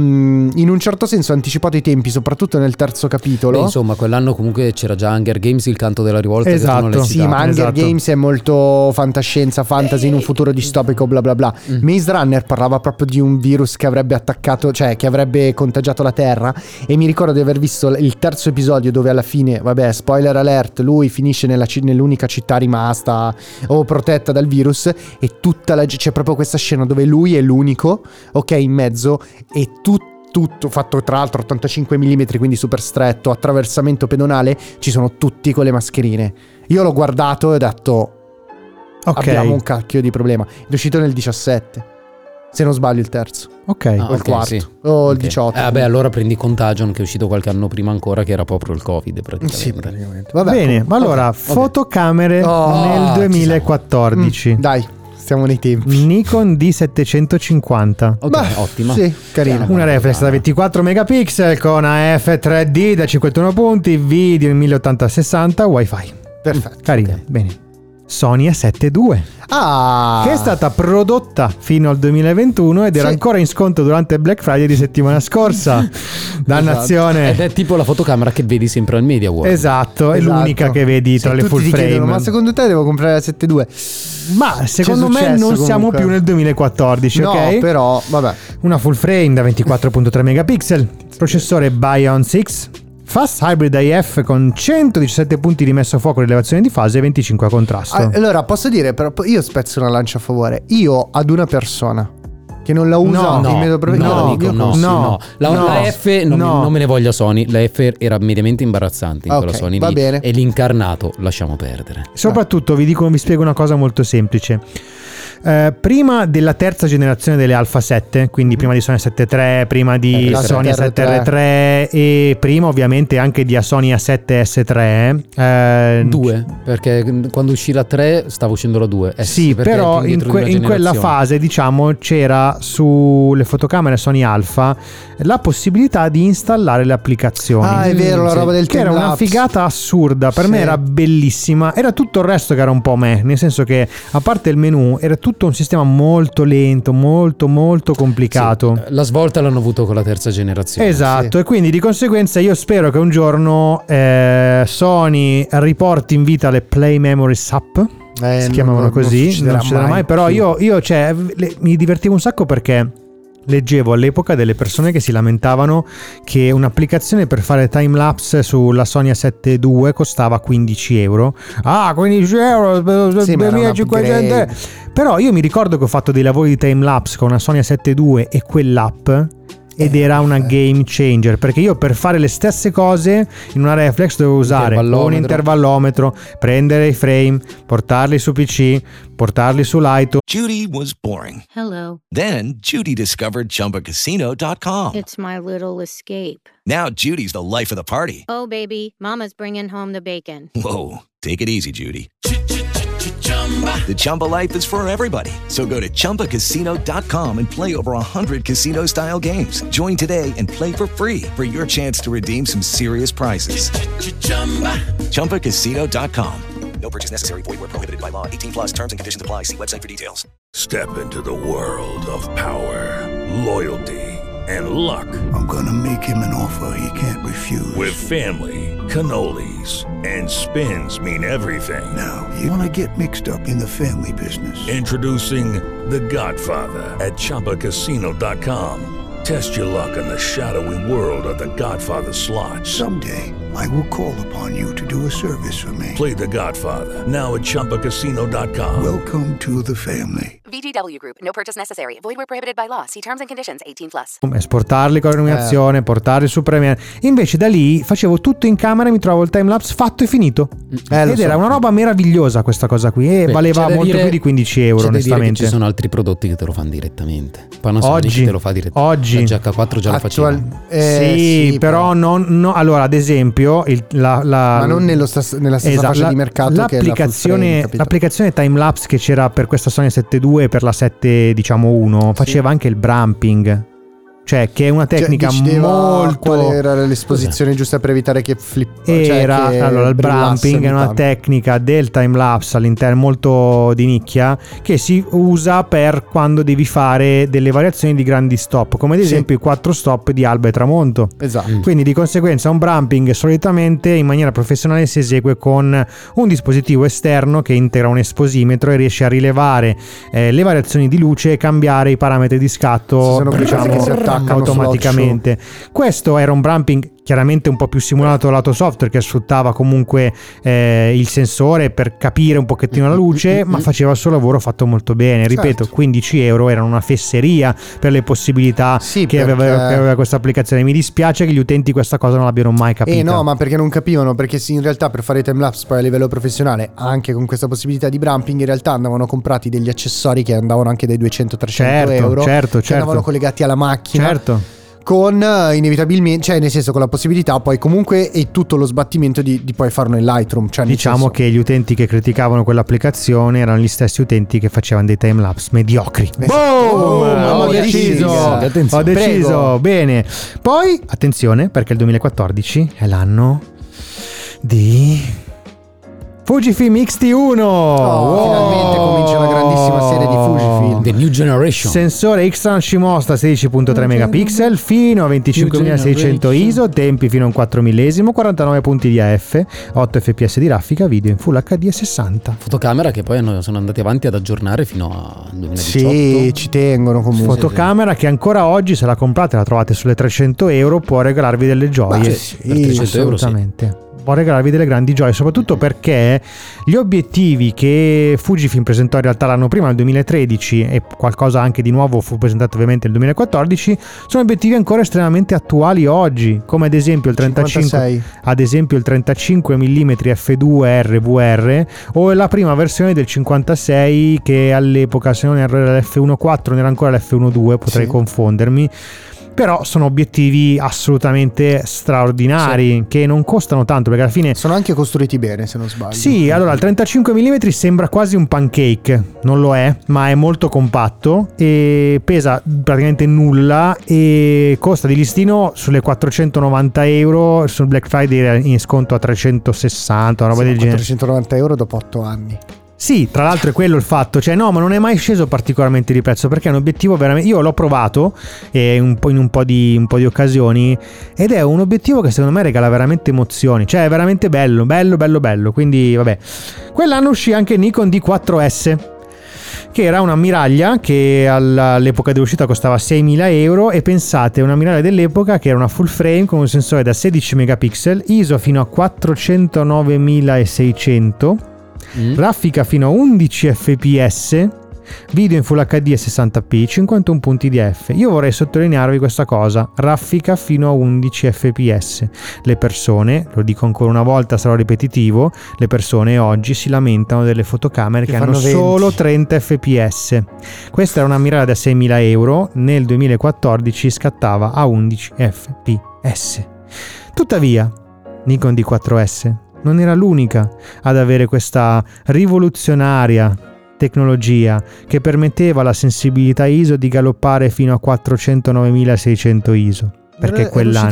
in un certo senso ha anticipato i tempi, soprattutto nel terzo capitolo. Beh, insomma, quell'anno comunque c'era già Hunger Games, il canto della rivolta. Esatto. Che tu non l'hai Sì, citato. ma Hunger Esatto. Games è molto fantascienza, fantasy in un futuro distopico, bla bla bla. Maze Runner parlava proprio di un virus che avrebbe attaccato, cioè che avrebbe contagiato la Terra. E mi ricordo di aver visto il terzo episodio dove alla fine, vabbè, spoiler alert, lui finisce nell'unica città rimasta o protetta dal virus e c'è proprio questa scena dove lui è l'unico, ok, in mezzo e tutto fatto tra l'altro 85 mm, quindi super stretto, attraversamento pedonale, ci sono tutti con le mascherine. Io l'ho guardato e ho detto Ok. abbiamo un cacchio di problema. È uscito nel 17, se non sbaglio il terzo Ok. Ah, o il ok, quarto sì. o il Ok. 18. Vabbè, allora prendi Contagion, che è uscito qualche anno prima ancora, che era proprio il Covid praticamente. Sì, praticamente. Vabbè, Bene, ma allora, ok. fotocamere Oh, nel ci 2014. dai, stiamo nei tempi. Nikon D750. Ok, Beh, ottima. sì, carina. Una reflex da 24 megapixel con AF 3D da 51 punti, video in 1080-60, wifi. Perfetto. Carina, Ok. bene. Sony A7 II, Ah, che è stata prodotta fino al 2021 ed era Sì. ancora in sconto durante il Black Friday di settimana scorsa. Dannazione. Ed è tipo la fotocamera che vedi sempre al Media World. Esatto, è Esatto. l'unica che vedi tra Sì, le tutti full ti frame. chiedono, ma secondo te devo comprare la 7.2? Ma secondo me successo non siamo comunque. più nel 2014, No, ok? però, vabbè. Una full frame da 24.3 megapixel, processore Bion 6, Fast Hybrid IF con 117 punti di messo a fuoco, rilevazione di fase e 25 a contrasto. Allora, posso dire, però io spezzo una lancia a favore. Io ad una persona che non la usa No, in metodo professionale, No, io Nico, no, consiglio. no. La no, F non, no. non me ne voglia Sony. La F era mediamente imbarazzante in Ok, quella Sony va lì. bene. E l'incarnato lasciamo perdere. Soprattutto vi spiego una cosa molto semplice. prima della terza generazione delle Alpha 7, quindi prima di Sony A7 III, prima di Sony A7R3 e prima ovviamente anche di Sony A7S3. 2, perché quando uscì la 3 stava uscendo la 2. Sì, però in quella fase, diciamo, c'era sulle fotocamere Sony Alpha la possibilità di installare le applicazioni. Ah, è vero, la roba del che era una figata assurda, per me era bellissima. Era tutto il resto che era un po' nel senso che a parte il menu era tutto un sistema molto lento, molto molto complicato. Sì, la svolta l'hanno avuto con la terza generazione. Esatto, e quindi di conseguenza io spero che un giorno Sony riporti in vita le Play Memories App. Si chiamavano così, non succederà mai, però io mi divertivo un sacco perché leggevo all'epoca delle persone che si lamentavano che un'applicazione per fare timelapse sulla Sony A7 II costava 15 euro. 15 euro, 2500. Però io mi ricordo che ho fatto dei lavori di timelapse con una Sony A7 II e quell'app ed era una game changer, perché io per fare le stesse cose in una reflex dovevo usare un intervallometro, prendere i frame, portarli su PC, portarli su Lightroom. Judy was boring. Hello. Then Judy discovered ChumbaCasino.com. It's my little escape. Now Judy's the life of the party. Oh baby, mama's bringing home the bacon. Whoa, take it easy, Judy. The Chumba life is for everybody. So go to ChumbaCasino.com and play over 100 casino-style games. Join today and play for free for your chance to redeem some serious prizes. ChumbaCasino.com. No purchase necessary. Void where prohibited by law. 18+ terms and conditions apply. See website for details. Step into the world of power, loyalty, and luck. I'm gonna make him an offer he can't refuse. With family, cannolis, and spins mean everything. Now, you wanna get mixed up in the family business. Introducing The Godfather at ChumbaCasino.com. Test your luck in the shadowy world of The Godfather slot. Someday, I will call upon you to do a service for me. Play The Godfather, now at ChumbaCasino.com. Welcome to the family. VGW Group. No purchase necessary. Void where prohibited by law. See terms and conditions. 18+. Esportarli con illuminazione, portarli su Premiere. Invece da lì facevo tutto in camera e mi trovavo il timelapse fatto e finito. Ed era una roba meravigliosa questa cosa qui. E valeva molto più di 15 euro, onestamente. Ci sono altri prodotti che te lo fanno direttamente. Panasonic te lo fa direttamente. Oggi la GH4 già lo faceva. Sì, però no, allora ad esempio ma non nella stessa fascia di mercato l'applicazione timelapse che c'era per questa Sony A7 II e per la 7 diciamo 1 faceva anche il bramping, cioè che è una tecnica molto. Qual era l'esposizione giusta per evitare che allora il bramping è una tecnica del timelapse all'interno molto di nicchia che si usa per quando devi fare delle variazioni di grandi stop, come ad esempio i 4 stop di alba e tramonto. Esatto. Quindi di conseguenza un bramping solitamente in maniera professionale si esegue con un dispositivo esterno che integra un esposimetro e riesce a rilevare le variazioni di luce e cambiare i parametri di scatto, diciamo, automaticamente. Questo era un bramping chiaramente un po' più simulato lato software, che sfruttava comunque il sensore per capire un pochettino la luce, ma faceva il suo lavoro fatto molto bene. Ripeto, 15 euro erano una fesseria per le possibilità che aveva questa applicazione. Mi dispiace che gli utenti questa cosa non l'abbiano mai capita. No, ma perché non capivano? Perché in realtà per fare i timelapse poi a livello professionale, anche con questa possibilità di bramping, in realtà andavano comprati degli accessori che andavano anche dai 200-300 euro, che andavano collegati alla macchina. Con inevitabilmente, cioè nel senso con la possibilità poi comunque e tutto lo sbattimento di poi farlo in Lightroom, cioè diciamo che gli utenti che criticavano quell'applicazione erano gli stessi utenti che facevano dei timelapse mediocri. Ho deciso. Bene, poi attenzione, perché il 2014 è l'anno di Fujifilm X-T1. Finalmente comincia la grandissima serie di Fujifilm, The New Generation. Sensore X-Trans ci mostra 16.3 megapixel fino a 25.600 ISO, tempi fino a un 4 millesimo, 49 punti di AF, 8 fps di grafica video in Full HD e 60. Fotocamera che poi sono andati avanti ad aggiornare fino a 2018. Sì, ci tengono comunque. Fotocamera che ancora oggi, se la comprate, la trovate sulle 300 euro, può regalarvi delle gioie. Per 300 euro assolutamente. può regalarvi delle grandi gioie, soprattutto perché gli obiettivi che Fujifilm presentò in realtà l'anno prima, nel 2013, e qualcosa anche di nuovo fu presentato ovviamente nel 2014, sono obiettivi ancora estremamente attuali oggi, come ad esempio il 35 mm f2 RVR o la prima versione del 56 che all'epoca, se non erro, era l'F1.4, non era ancora l'F1.2, potrei confondermi. Però sono obiettivi assolutamente straordinari, che non costano tanto, perché alla fine sono anche costruiti bene, se non sbaglio. Sì, allora il 35 mm sembra quasi un pancake, non lo è, ma è molto compatto e pesa praticamente nulla e costa di listino sulle 490 euro, sul Black Friday era in sconto a 360, una roba del genere. 490 euro dopo 8 anni. Sì, tra l'altro è quello il fatto, cioè no, ma non è mai sceso particolarmente di prezzo, perché è un obiettivo veramente, io l'ho provato in un po' di occasioni ed è un obiettivo che secondo me regala veramente emozioni, cioè è veramente bello, quindi vabbè. Quell'anno uscì anche Nikon D4S, che era un'ammiraglia che all'epoca dell'uscita costava 6.000 euro, e pensate, un'ammiraglia dell'epoca che era una full frame con un sensore da 16 megapixel, ISO fino a 409.600, raffica fino a 11 fps, video in Full HD e 60p, 51 punti di F. Io vorrei sottolinearvi questa cosa: raffica fino a 11 fps. Le persone, lo dico ancora una volta, sarò ripetitivo, le persone oggi si lamentano delle fotocamere che hanno 20. solo 30 fps. Questa era una miraglia da 6.000 euro, nel 2014 scattava a 11 fps. Tuttavia Nikon D4S non era l'unica ad avere questa rivoluzionaria tecnologia che permetteva alla sensibilità ISO di galoppare fino a 409.600 ISO. Perché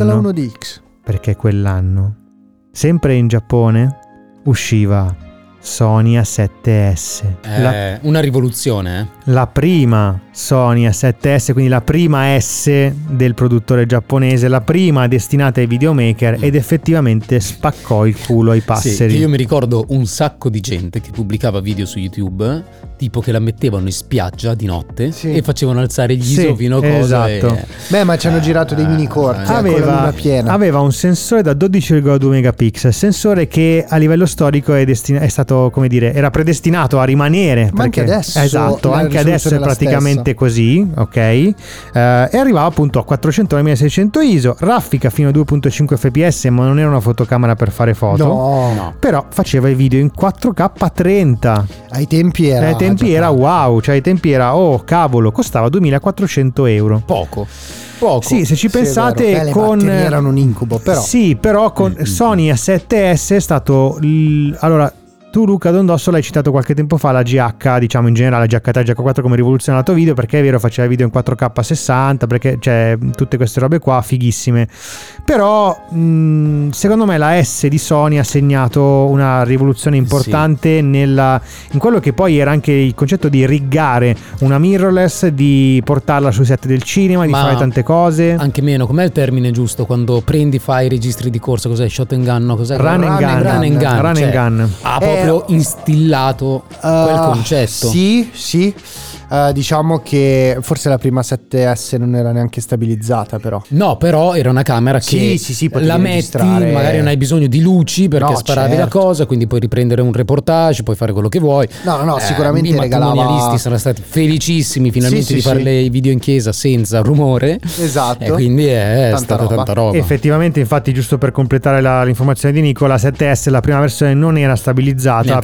quell'anno, sempre in Giappone, usciva Sony A7S. Una rivoluzione, La prima Sony A7S, quindi la prima S del produttore giapponese, la prima destinata ai videomaker, ed effettivamente spaccò il culo ai passeri. Sì, io mi ricordo un sacco di gente che pubblicava video su YouTube, tipo che la mettevano in spiaggia di notte e facevano alzare gli ISO fino a cosa. Esatto. Beh, ma ci hanno girato dei mini corti con la luna piena. Aveva un sensore da 12,2 megapixel, sensore che a livello storico è stato, come dire, era predestinato a rimanere. Ma anche adesso. Esatto, anche adesso è praticamente così, ok? E arrivava appunto a 409.600 ISO, raffica fino a 2.5 fps, ma non era una fotocamera per fare foto. No. Però faceva i video in 4K 30. Ai tempi era wow, cioè ai tempi era, oh cavolo, costava 2.400 euro. Poco. Sì, se ci pensate, le con erano un incubo, però. Sì, però con Sony A7S è stato allora, tu Luca Dondosso l'hai citato qualche tempo fa, la GH, diciamo in generale la GH3 e GH4 come rivoluzionato video, perché è vero, faceva video in 4K 60, perché c'è tutte queste robe qua fighissime. Però secondo me la S di Sony ha segnato una rivoluzione importante in quello che poi era anche il concetto di riggare una mirrorless, di portarla sui set del cinema, di fare tante cose. Anche meno, com'è il termine giusto quando fai i registri di corsa? Cos'è? Shot and gun? No, cos'è? Run and gun. Proprio instillato quel concetto. Sì. Diciamo che forse la prima 7S non era neanche stabilizzata, però era una camera che la metti, magari non hai bisogno di luci perché sparavi la cosa, quindi puoi riprendere un reportage, puoi fare quello che vuoi. Sicuramente i matrimonialisti sono stati felicissimi finalmente di fare i video in chiesa senza rumore. Esatto. E quindi è stata tanta roba. Effettivamente, infatti, giusto per completare l'informazione di Nico, la 7S, la prima versione non era stabilizzata,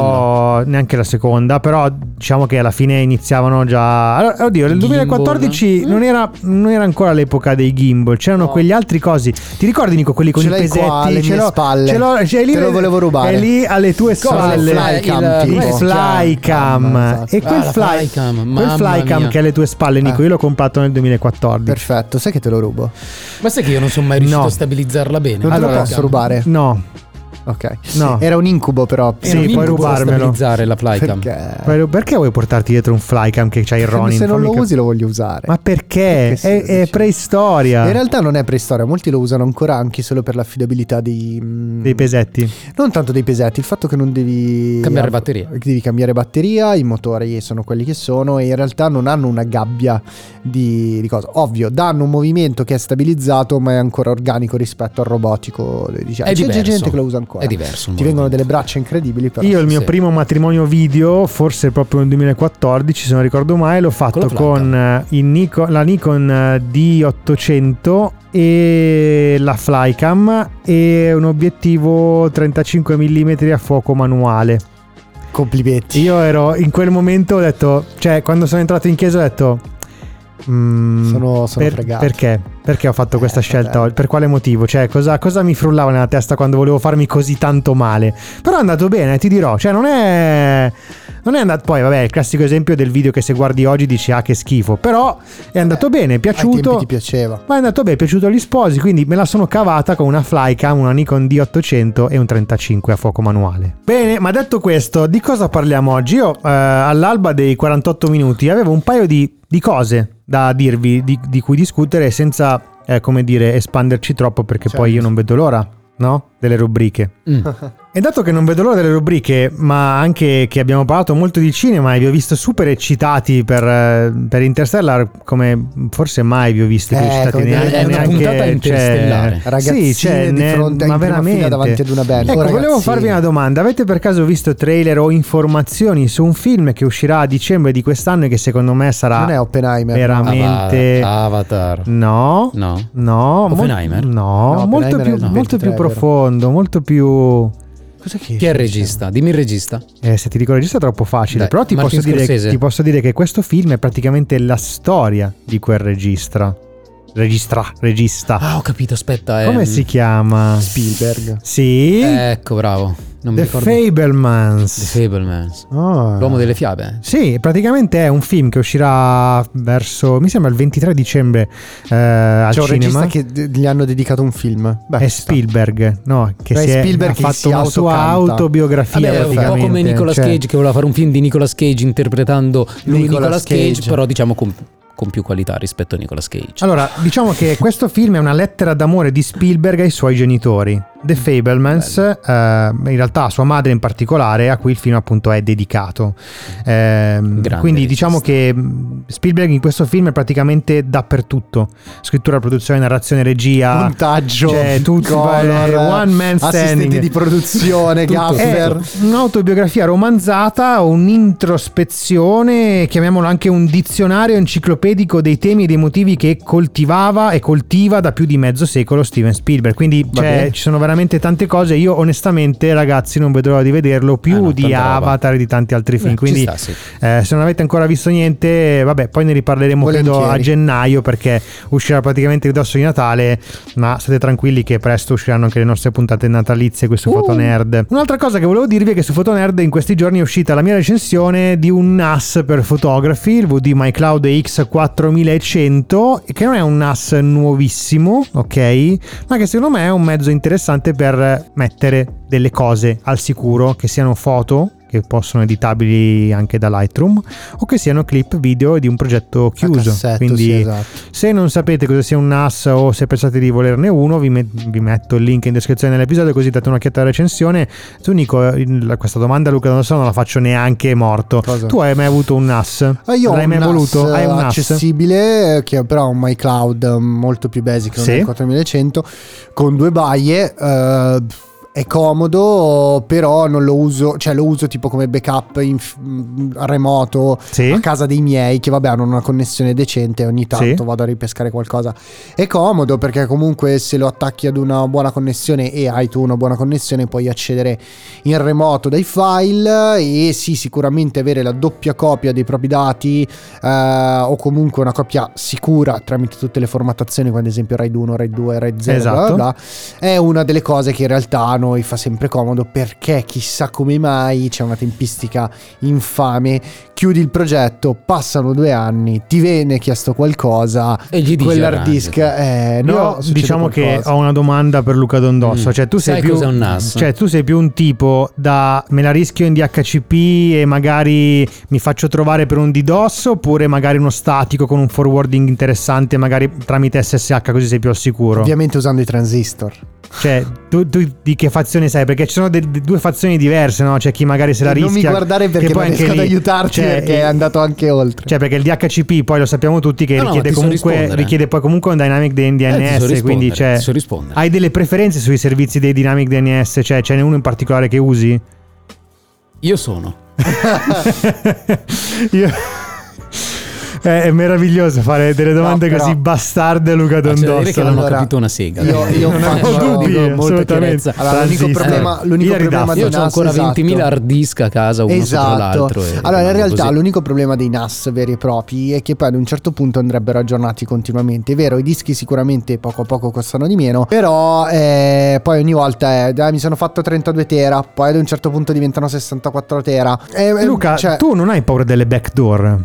neanche la seconda, però diciamo che alla fine iniziavano già. Allora, oddio, nel 2014 non era ancora l'epoca dei gimbal, c'erano quegli altri cosi. Ti ricordi, Nico, quelli con i pesetti? Alle mie spalle. Te lo volevo rubare. È lì alle tue spalle. Il flycam. E quel flycam che è alle tue spalle, Nico, io l'ho comprato nel 2014. Perfetto, sai che te lo rubo. Ma sai che io non sono mai riuscito a stabilizzarla bene? Non te lo posso rubare? No. Ok. No. Era un incubo però. Sì, puoi rubarmelo. Stabilizzare la flycam. Perché vuoi portarti dietro un flycam che c'hai il Ronin? Se non lo usi lo voglio usare. Ma perché? È preistoria. In realtà non è preistoria, molti lo usano ancora anche solo per l'affidabilità dei pesetti. Non tanto dei pesetti, il fatto che non devi cambiare batteria. Devi cambiare batteria, i motori sono quelli che sono e in realtà non hanno una gabbia di cosa. Ovvio, danno un movimento che è stabilizzato ma è ancora organico rispetto al robotico. Diciamo. C'è gente che lo usa ancora. È diverso. Ti vengono delle braccia incredibili. Però. Io il mio primo matrimonio video, forse proprio nel 2014 se non ricordo mai, l'ho fatto con la Nikon D800 e la Flycam e un obiettivo 35 mm a fuoco manuale. Complimenti. Io ero in quel momento, ho detto, cioè quando sono entrato in chiesa ho detto sono fregato. Perché ho fatto questa scelta? Per quale motivo? Cioè cosa mi frullava nella testa quando volevo farmi così tanto male? Però è andato bene, ti dirò. Cioè non è andato. Poi vabbè, il classico esempio del video che se guardi oggi dici che schifo. Però è andato bene, è piaciuto. Ai tempi ti piaceva. Ma è andato bene, è piaciuto agli sposi. Quindi me la sono cavata con una Flycam, una Nikon D800 e un 35 a fuoco manuale. Bene, ma detto questo, di cosa parliamo oggi? Io all'alba dei 48 minuti avevo un paio di cose da dirvi, di cui discutere senza espanderci troppo, perché poi io non vedo l'ora, no? Delle rubriche. E dato che non vedo l'ora delle rubriche, ma anche che abbiamo parlato molto di cinema e vi ho visto super eccitati per Interstellar, come forse mai vi ho visto eccitati neanche una puntata Interstellare. Ragazzine di fronte ma veramente davanti ad una band. Ecco, volevo farvi una domanda: avete per caso visto trailer o informazioni su un film che uscirà a dicembre di quest'anno e che secondo me sarà non è Oppenheimer, veramente Avatar? No. Oppenheimer? No, molto più profondo, molto più. Chi è il regista? Dimmi il regista. Se ti dico il regista è troppo facile. Dai, però ti posso dire che questo film è praticamente la storia di quel regista. Ah, ho capito, aspetta. Come si chiama? Spielberg. Sì. Ecco, bravo. Non The Fabelmans. L'uomo delle fiabe. Sì, praticamente è un film che uscirà verso, mi sembra, il 23 dicembre al cinema. C'è un regista che gli hanno dedicato un film. È Spielberg, no? Che Spielberg ha fatto una sua autobiografia. Vabbè, un po' come Nicolas Cage, che voleva fare un film di Nicolas Cage interpretando Nicolas Cage, però diciamo con più qualità rispetto a Nicolas Cage. Allora, diciamo che questo film è una lettera d'amore di Spielberg ai suoi genitori. The Fabelmans, in realtà a sua madre in particolare, a cui il film appunto è dedicato. Quindi diciamo che Spielberg in questo film è praticamente dappertutto: scrittura, produzione, narrazione, regia, montaggio, tutto, one man standing, assistenti di produzione, gaffer. È un'autobiografia romanzata, un'introspezione, chiamiamolo anche un dizionario enciclopedico dei temi e dei motivi che coltivava e coltiva da più di mezzo secolo Steven Spielberg. Quindi ci sono veramente tante cose. Io onestamente, ragazzi, non vedo l'ora di vederlo, più di Avatar e di tanti altri film. Quindi se non avete ancora visto niente, vabbè, poi ne riparleremo credo a gennaio, perché uscirà praticamente il dosso di Natale, ma state tranquilli che presto usciranno anche le nostre puntate natalizie qui su Fotonerd. Un'altra cosa che volevo dirvi è che su Fotonerd in questi giorni è uscita la mia recensione di un NAS per fotografi, il VD MyCloud X4100, che non è un NAS nuovissimo, ok, ma che secondo me è un mezzo interessante per mettere delle cose al sicuro, che siano foto che possono editabili anche da Lightroom o che siano clip video di un progetto chiuso. Quindi se non sapete cosa sia un NAS o se pensate di volerne uno, vi metto il link in descrizione dell'episodio, così date un'occhiata alla recensione. Tu, Nico, questa domanda Luca D'Onofrio non la faccio neanche morto. Cosa? Tu hai mai avuto un NAS? Io l'hai mai voluto? Hai un NAS accessibile che però ha un MyCloud molto più basic, un 4100 con 2 baie. È comodo, però non lo uso, cioè lo uso tipo come backup remoto a casa dei miei, che vabbè hanno una connessione decente, ogni tanto vado a ripescare qualcosa. È comodo perché comunque se lo attacchi ad una buona connessione e hai tu una buona connessione puoi accedere in remoto dai file, e sicuramente avere la doppia copia dei propri dati o comunque una copia sicura tramite tutte le formattazioni, come ad esempio RAID 1, RAID 2, RAID 0, bla bla bla, è una delle cose che in realtà noi fa sempre comodo, perché chissà come mai c'è una tempistica infame, chiudi il progetto, passano 2 anni, ti viene chiesto qualcosa e gli dici quell'hard disk no, diciamo qualcosa. che ho una domanda per Luca Dondosso. Cioè tu sei Sai più cos'è un NAS? Cioè tu sei più un tipo da me la rischio in DHCP e magari mi faccio trovare per un DDoS, oppure magari uno statico con un forwarding interessante magari tramite SSH, così sei più al sicuro? Ovviamente usando i transistor. Cioè tu di che fazione sei? Perché ci sono due fazioni diverse, no? C'è chi magari se la rischia. Non mi guardare perché non riesco ad aiutarti, perché è andato anche oltre. Cioè perché il DHCP poi lo sappiamo tutti che richiede poi comunque un Dynamic DNS, quindi hai delle preferenze sui servizi dei Dynamic DNS? Cioè ce n'è uno in particolare che usi? Io sono È meraviglioso fare delle domande così bastarde a Luca Dondosso. Che non ho capito una sega. Io faccio molta chiarezza. Allora, l'unico problema io ho ancora 20.000 hard disk a casa, uno sopra l'altro. Allora, in realtà l'unico problema dei NAS veri e propri è che poi ad un certo punto andrebbero aggiornati continuamente. È vero, i dischi sicuramente poco a poco costano di meno, però poi ogni volta mi sono fatto 32 tera, poi ad un certo punto diventano 64 tera. Luca, tu non hai paura delle backdoor?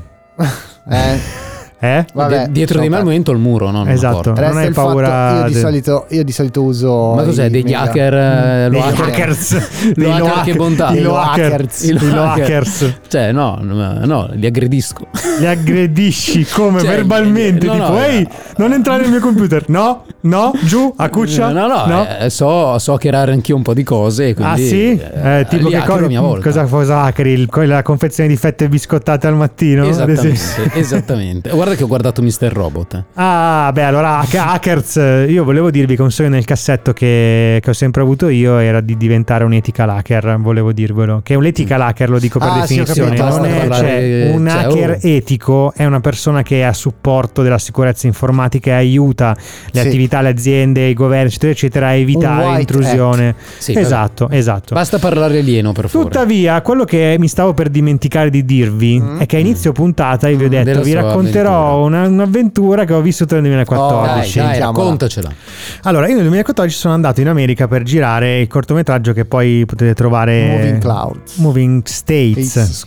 Vabbè, dietro di me al momento il muro, no? Esatto, non hai paura. Io di solito uso. Ma cos'è? Degli hacker? Lo hackers. Che bontà. I hackers. Cioè, no, li aggredisco. Li aggredisci come? Cioè, verbalmente? Tipo, ehi, non entrare nel mio computer. No, giù, a cuccia. No. So hackerare anch'io un po' di cose. Quindi, sì? Tipo cosa hackeri? La confezione di fette biscottate al mattino? Esattamente. Guarda che ho guardato Mr. Robot. Allora hackers, io volevo dirvi che un sogno nel cassetto che ho sempre avuto io era di diventare un ethical hacker, volevo dirvelo. Che un ethical hacker, lo dico per definizione, non è un hacker etico, è una persona che è a supporto della sicurezza informatica e aiuta le attività, le aziende, i governi, eccetera, eccetera, a evitare l'intrusione. Esatto. Basta parlare alieno, per favore. Tuttavia, quello che mi stavo per dimenticare di dirvi è che a inizio puntata io vi ho detto, vi racconterò un'avventura che ho vissuto nel 2014. Dai, raccontacela. Allora, io nel 2014 sono andato in America per girare il cortometraggio che poi potete trovare Moving States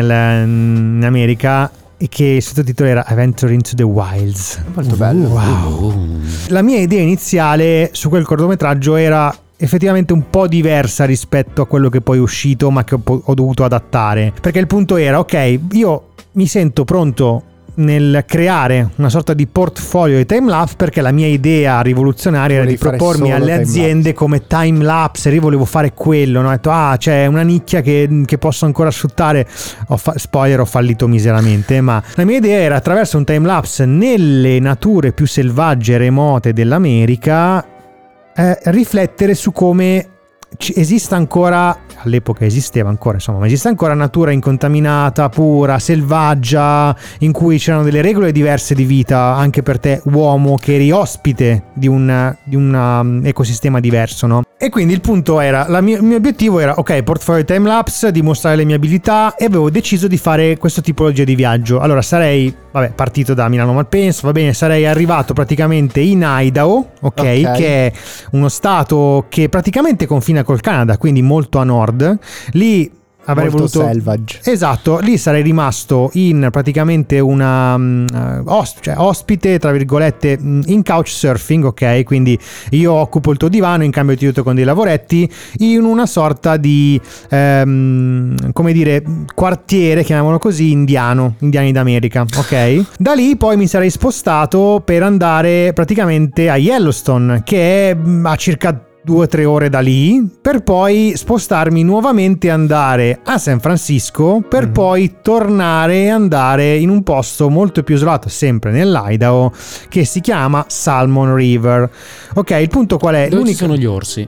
in America, e che il sottotitolo era Adventure into the Wilds. Molto bello. Wow. La mia idea iniziale su quel cortometraggio era effettivamente un po' diversa rispetto a quello che poi è uscito, ma che ho dovuto adattare, perché il punto era: ok, io mi sento pronto nel creare una sorta di portfolio di timelapse, perché la mia idea rivoluzionaria era di propormi alle aziende come timelapse, e io volevo fare quello, no? Ho detto c'è una nicchia che posso ancora sfruttare. Spoiler, ho fallito miseramente, ma la mia idea era, attraverso un timelapse nelle nature più selvagge e remote dell'America, riflettere su come esista ancora, all'epoca esisteva ancora, insomma, ma esiste ancora natura incontaminata, pura, selvaggia, in cui c'erano delle regole diverse di vita anche per te uomo che eri ospite di un ecosistema diverso, no? E quindi il punto era, il mio obiettivo era, ok, portfolio timelapse, dimostrare le mie abilità, e avevo deciso di fare questo tipologia di viaggio. Allora sarei partito da Milano Malpensa, va bene, sarei arrivato praticamente in Idaho, ok, che è uno stato che praticamente confina col Canada, quindi molto a nord. Lì avrei voluto selvage. Esatto, lì sarei rimasto in praticamente una ospite, tra virgolette, in couchsurfing, ok? Quindi io occupo il tuo divano, in cambio ti aiuto con dei lavoretti, in una sorta di come dire, quartiere, chiamiamolo così, indiani d'America, ok? Da lì poi mi sarei spostato per andare praticamente a Yellowstone, che è a circa 2 o 3 ore da lì, per poi spostarmi nuovamente e andare a San Francisco, per poi tornare e andare in un posto molto più isolato, sempre nell'Idaho, che si chiama Salmon River. Ok, il punto qual è? Dove ci sono gli orsi?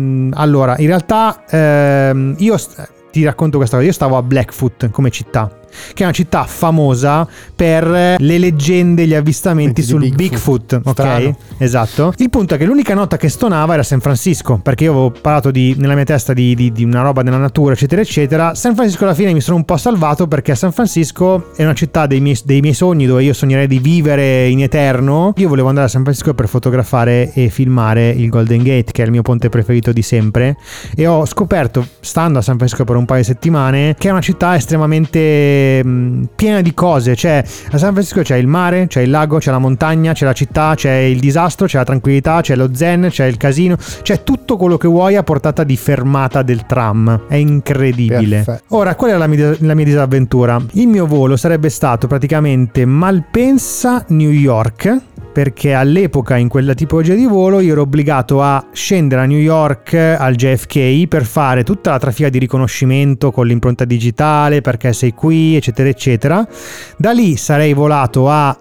Allora, in realtà io ti racconto questa cosa. Io stavo a Blackfoot come città. che è una città famosa per le leggende, gli avvistamenti sul Bigfoot. Ok, Strano. esatto. Il punto è che l'unica nota che stonava era San Francisco, perché io avevo parlato nella mia testa di una roba della natura, eccetera eccetera. San Francisco alla fine mi sono un po' salvato, perché San Francisco è una città dei miei sogni, dove io sognerei di vivere in eterno. Io volevo andare a San Francisco per fotografare e filmare il Golden Gate, che è il mio ponte preferito di sempre, e ho scoperto, stando a San Francisco per un paio di settimane, che è una città estremamente piena di cose. Cioè, a San Francisco c'è il mare, c'è il lago, c'è la montagna, c'è la città, c'è il disastro, c'è la tranquillità, c'è lo zen, c'è il casino, c'è tutto quello che vuoi a portata di fermata del tram. È incredibile. Perfetto. Ora, qual è la mia disavventura? Il mio volo sarebbe stato praticamente Malpensa-New York, perché all'epoca in quella tipologia di volo io ero obbligato a scendere a New York al JFK per fare tutta la trafila di riconoscimento con l'impronta digitale, perché sei qui, eccetera eccetera. Da lì sarei volato a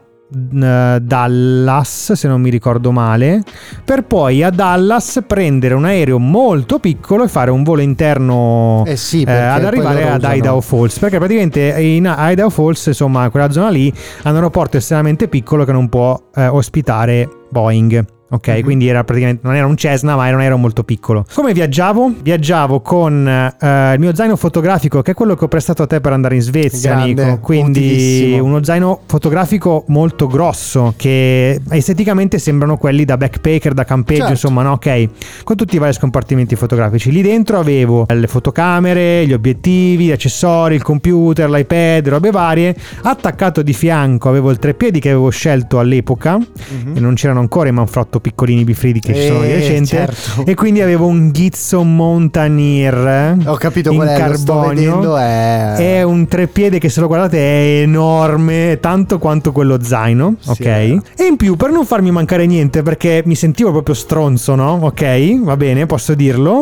Dallas, se non mi ricordo male, per poi a Dallas prendere un aereo molto piccolo e fare un volo interno ad arrivare ad Idaho Falls, perché praticamente in Idaho Falls, insomma quella zona lì, ha un aeroporto estremamente piccolo che non può ospitare Boeing. Ok, quindi era praticamente, non era un Cessna, ma era un aereo molto piccolo. Come viaggiavo? Viaggiavo con il mio zaino fotografico, che è quello che ho prestato a te per andare in Svezia, grande, Nico. Quindi utilissimo. uno zaino fotografico molto grosso, che esteticamente sembrano quelli da backpacker, da campeggio, certo. insomma, no? Ok, con tutti i vari scompartimenti fotografici. Lì dentro avevo le fotocamere, gli obiettivi, gli accessori, il computer, l'iPad, robe varie. Attaccato di fianco avevo il treppiedi che avevo scelto all'epoca, e non c'erano ancora i Manfrotto piccolini bifridi che ci sono di recente, certo. e quindi avevo un Gibson Mountaineer. Ho capito in qual è, carbonio. lo sto vedendo, è un treppiede che, se lo guardate, è enorme, tanto quanto quello zaino, Sì, ok? E in più, per non farmi mancare niente, perché mi sentivo proprio stronzo, no? Ok, va bene, posso dirlo,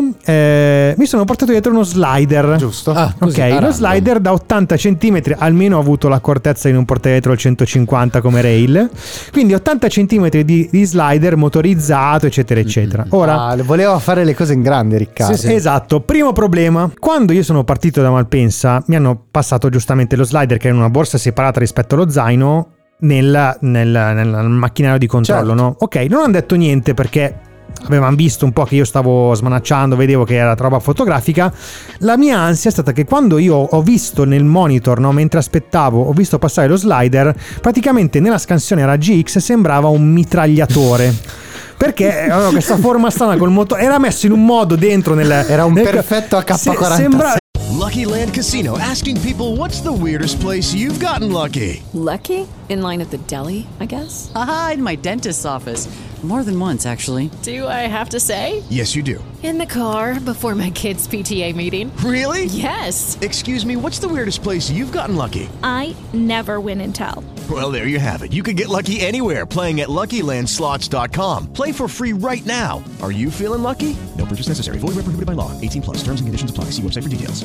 mi sono portato dietro uno slider. Giusto. Ok, lo slider da 80 cm, almeno ho avuto l'accortezza di non portare dietro il 150 come rail, quindi 80 cm di slider motorizzato, eccetera eccetera. Ora voleva fare le cose in grande, Riccardo. sì, esatto. Primo problema: quando io sono partito da Malpensa, mi hanno passato giustamente lo slider, che è in una borsa separata rispetto allo zaino, nel macchinario di controllo, certo. No? Ok, non hanno detto niente, perché avevano visto un po' che io stavo smanacciando, vedevo che era roba fotografica. La mia ansia è stata che quando io ho visto nel monitor, no, mentre aspettavo, ho visto passare lo slider, praticamente nella scansione RGX sembrava un mitragliatore. Perché aveva questa forma strana col motore, era messo in un modo dentro era un perfetto AK-47. Sembra Lucky Land Casino, asking people, what's the weirdest place you've gotten lucky? Lucky? In line at the deli, I guess? Aha, in my dentist's office. More than once, actually. Do I have to say? Yes, you do. In the car before my kids' PTA meeting. Really? Yes. Excuse me, what's the weirdest place you've gotten lucky? I never win and tell. Well, there you have it. You can get lucky anywhere, playing at LuckyLandSlots.com. Play for free right now. Are you feeling lucky? No purchase necessary. Void where prohibited by law. 18+. Terms and conditions apply. See website for details.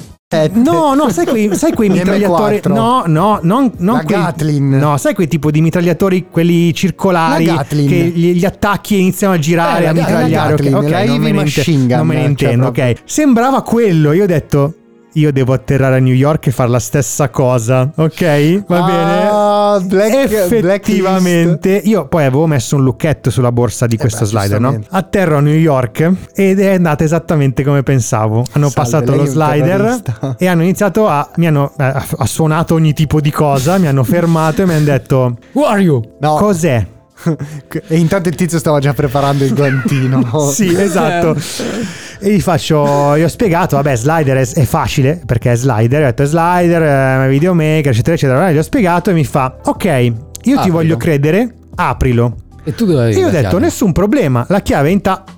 No, sai quei mitragliatori? No, non la quei, Gatlin. No, sai quei tipo di mitragliatori, quelli circolari, che gli attacchi e iniziano a girare, a mitragliare. Ok, la Heavy Machine Gun, non me ne intendo, cioè, ok. Sembrava quello. Io ho detto, io devo atterrare a New York e fare la stessa cosa, ok? Va bene? Effettivamente io poi avevo messo un lucchetto sulla borsa di questo slider, no? Atterro a New York ed è andata esattamente come pensavo. Hanno passato lo slider e hanno iniziato ha suonato ogni tipo di cosa, mi hanno fermato e mi hanno detto "Who are you?" No. Cos'è? E intanto il tizio stava già preparando il guantino. Sì, esatto. E gli ho spiegato, vabbè, slider è facile, perché è slider. Ho detto slider, videomaker, eccetera eccetera. Gli ho spiegato e mi fa, ok, io ti voglio credere, aprilo. E tu dove io ho detto, chiave? Nessun problema, la chiave è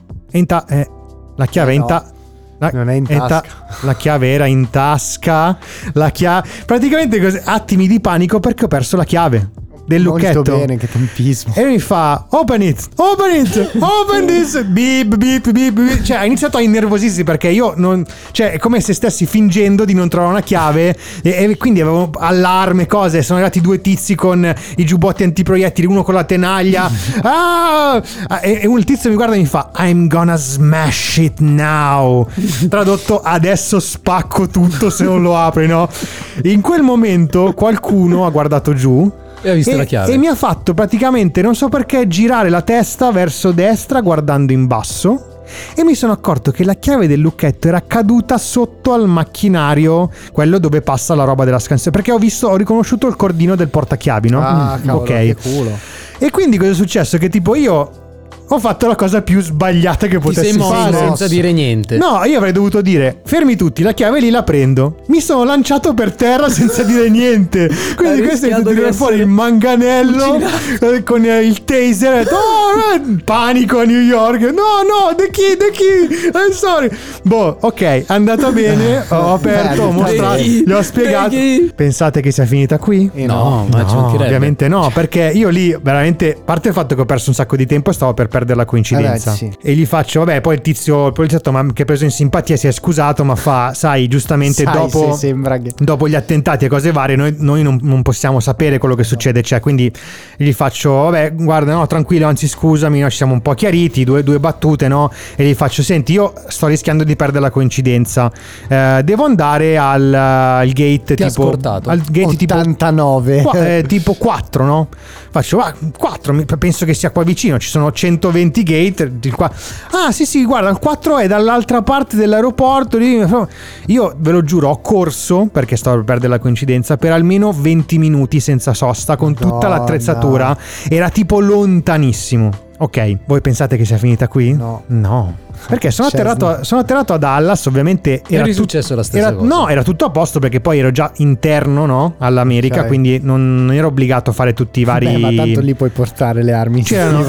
la chiave è in non è in tasca. La chiave era in tasca. Praticamente così, attimi di panico, perché ho perso la chiave. del lucchetto. Molto bene, che tempismo. E lui mi fa open this, beep beep beep beep. Cioè ha iniziato a innervosirsi perché io non, cioè è come se stessi fingendo di non trovare una chiave e quindi avevo allarme, cose. Sono arrivati 2 tizi con i giubbotti antiproiettili, uno con la tenaglia. E il tizio mi guarda e mi fa I'm gonna smash it now. Tradotto, adesso spacco tutto se non lo apri, no? In quel momento qualcuno ha guardato giù e ha visto la chiave e mi ha fatto praticamente, non so perché, girare la testa verso destra guardando in basso, e mi sono accorto che la chiave del lucchetto era caduta sotto al macchinario, quello dove passa la roba della scansione, perché ho riconosciuto il cordino del portachiavi, no? Cavolo, ok, che culo. e quindi cosa è successo? Che tipo io ho fatto la cosa più sbagliata che potessi fare senza dire niente. No, io avrei dovuto dire fermi tutti, la chiave lì la prendo. Mi sono lanciato per terra senza dire niente. Quindi questo è stato tirare fuori il manganello con il taser. Ho detto, panico a New York. No, the key, I'm sorry. Boh, ok, è andata bene. Ho aperto, ho mostrato, gli ho spiegato. Pensate che sia finita qui? No, ma ci mancherebbe. Ovviamente no, perché io lì veramente, a parte il fatto che ho perso un sacco di tempo, stavo per perdere la coincidenza. Sì. E gli faccio, vabbè, poi il poliziotto, ma che ha preso in simpatia, si è scusato, ma fa, sai, giustamente dopo gli attentati e cose varie, noi non possiamo sapere quello che succede, cioè, quindi gli faccio, vabbè, guarda, no, tranquillo, anzi scusami, no, ci siamo un po' chiariti, due battute, no? E gli faccio, senti, io sto rischiando di perdere la coincidenza, devo andare al gate, ti tipo al gate 89 tipo 4, no? Faccio 4, penso che sia qua vicino, ci sono 120 gate. Sì, guarda, il 4 è dall'altra parte dell'aeroporto. Io ve lo giuro, ho corso, perché stavo per perdere la coincidenza, per almeno 20 minuti senza sosta, con tutta l'attrezzatura. Era tipo lontanissimo. Ok, voi pensate che sia finita qui? No. Perché sono atterrato a Dallas, ovviamente era successo la stessa cosa. No, era tutto a posto perché poi ero già interno, no? All'America, okay. Quindi non ero obbligato a fare tutti i vari. Ma tanto lì puoi portare le armi. C'erano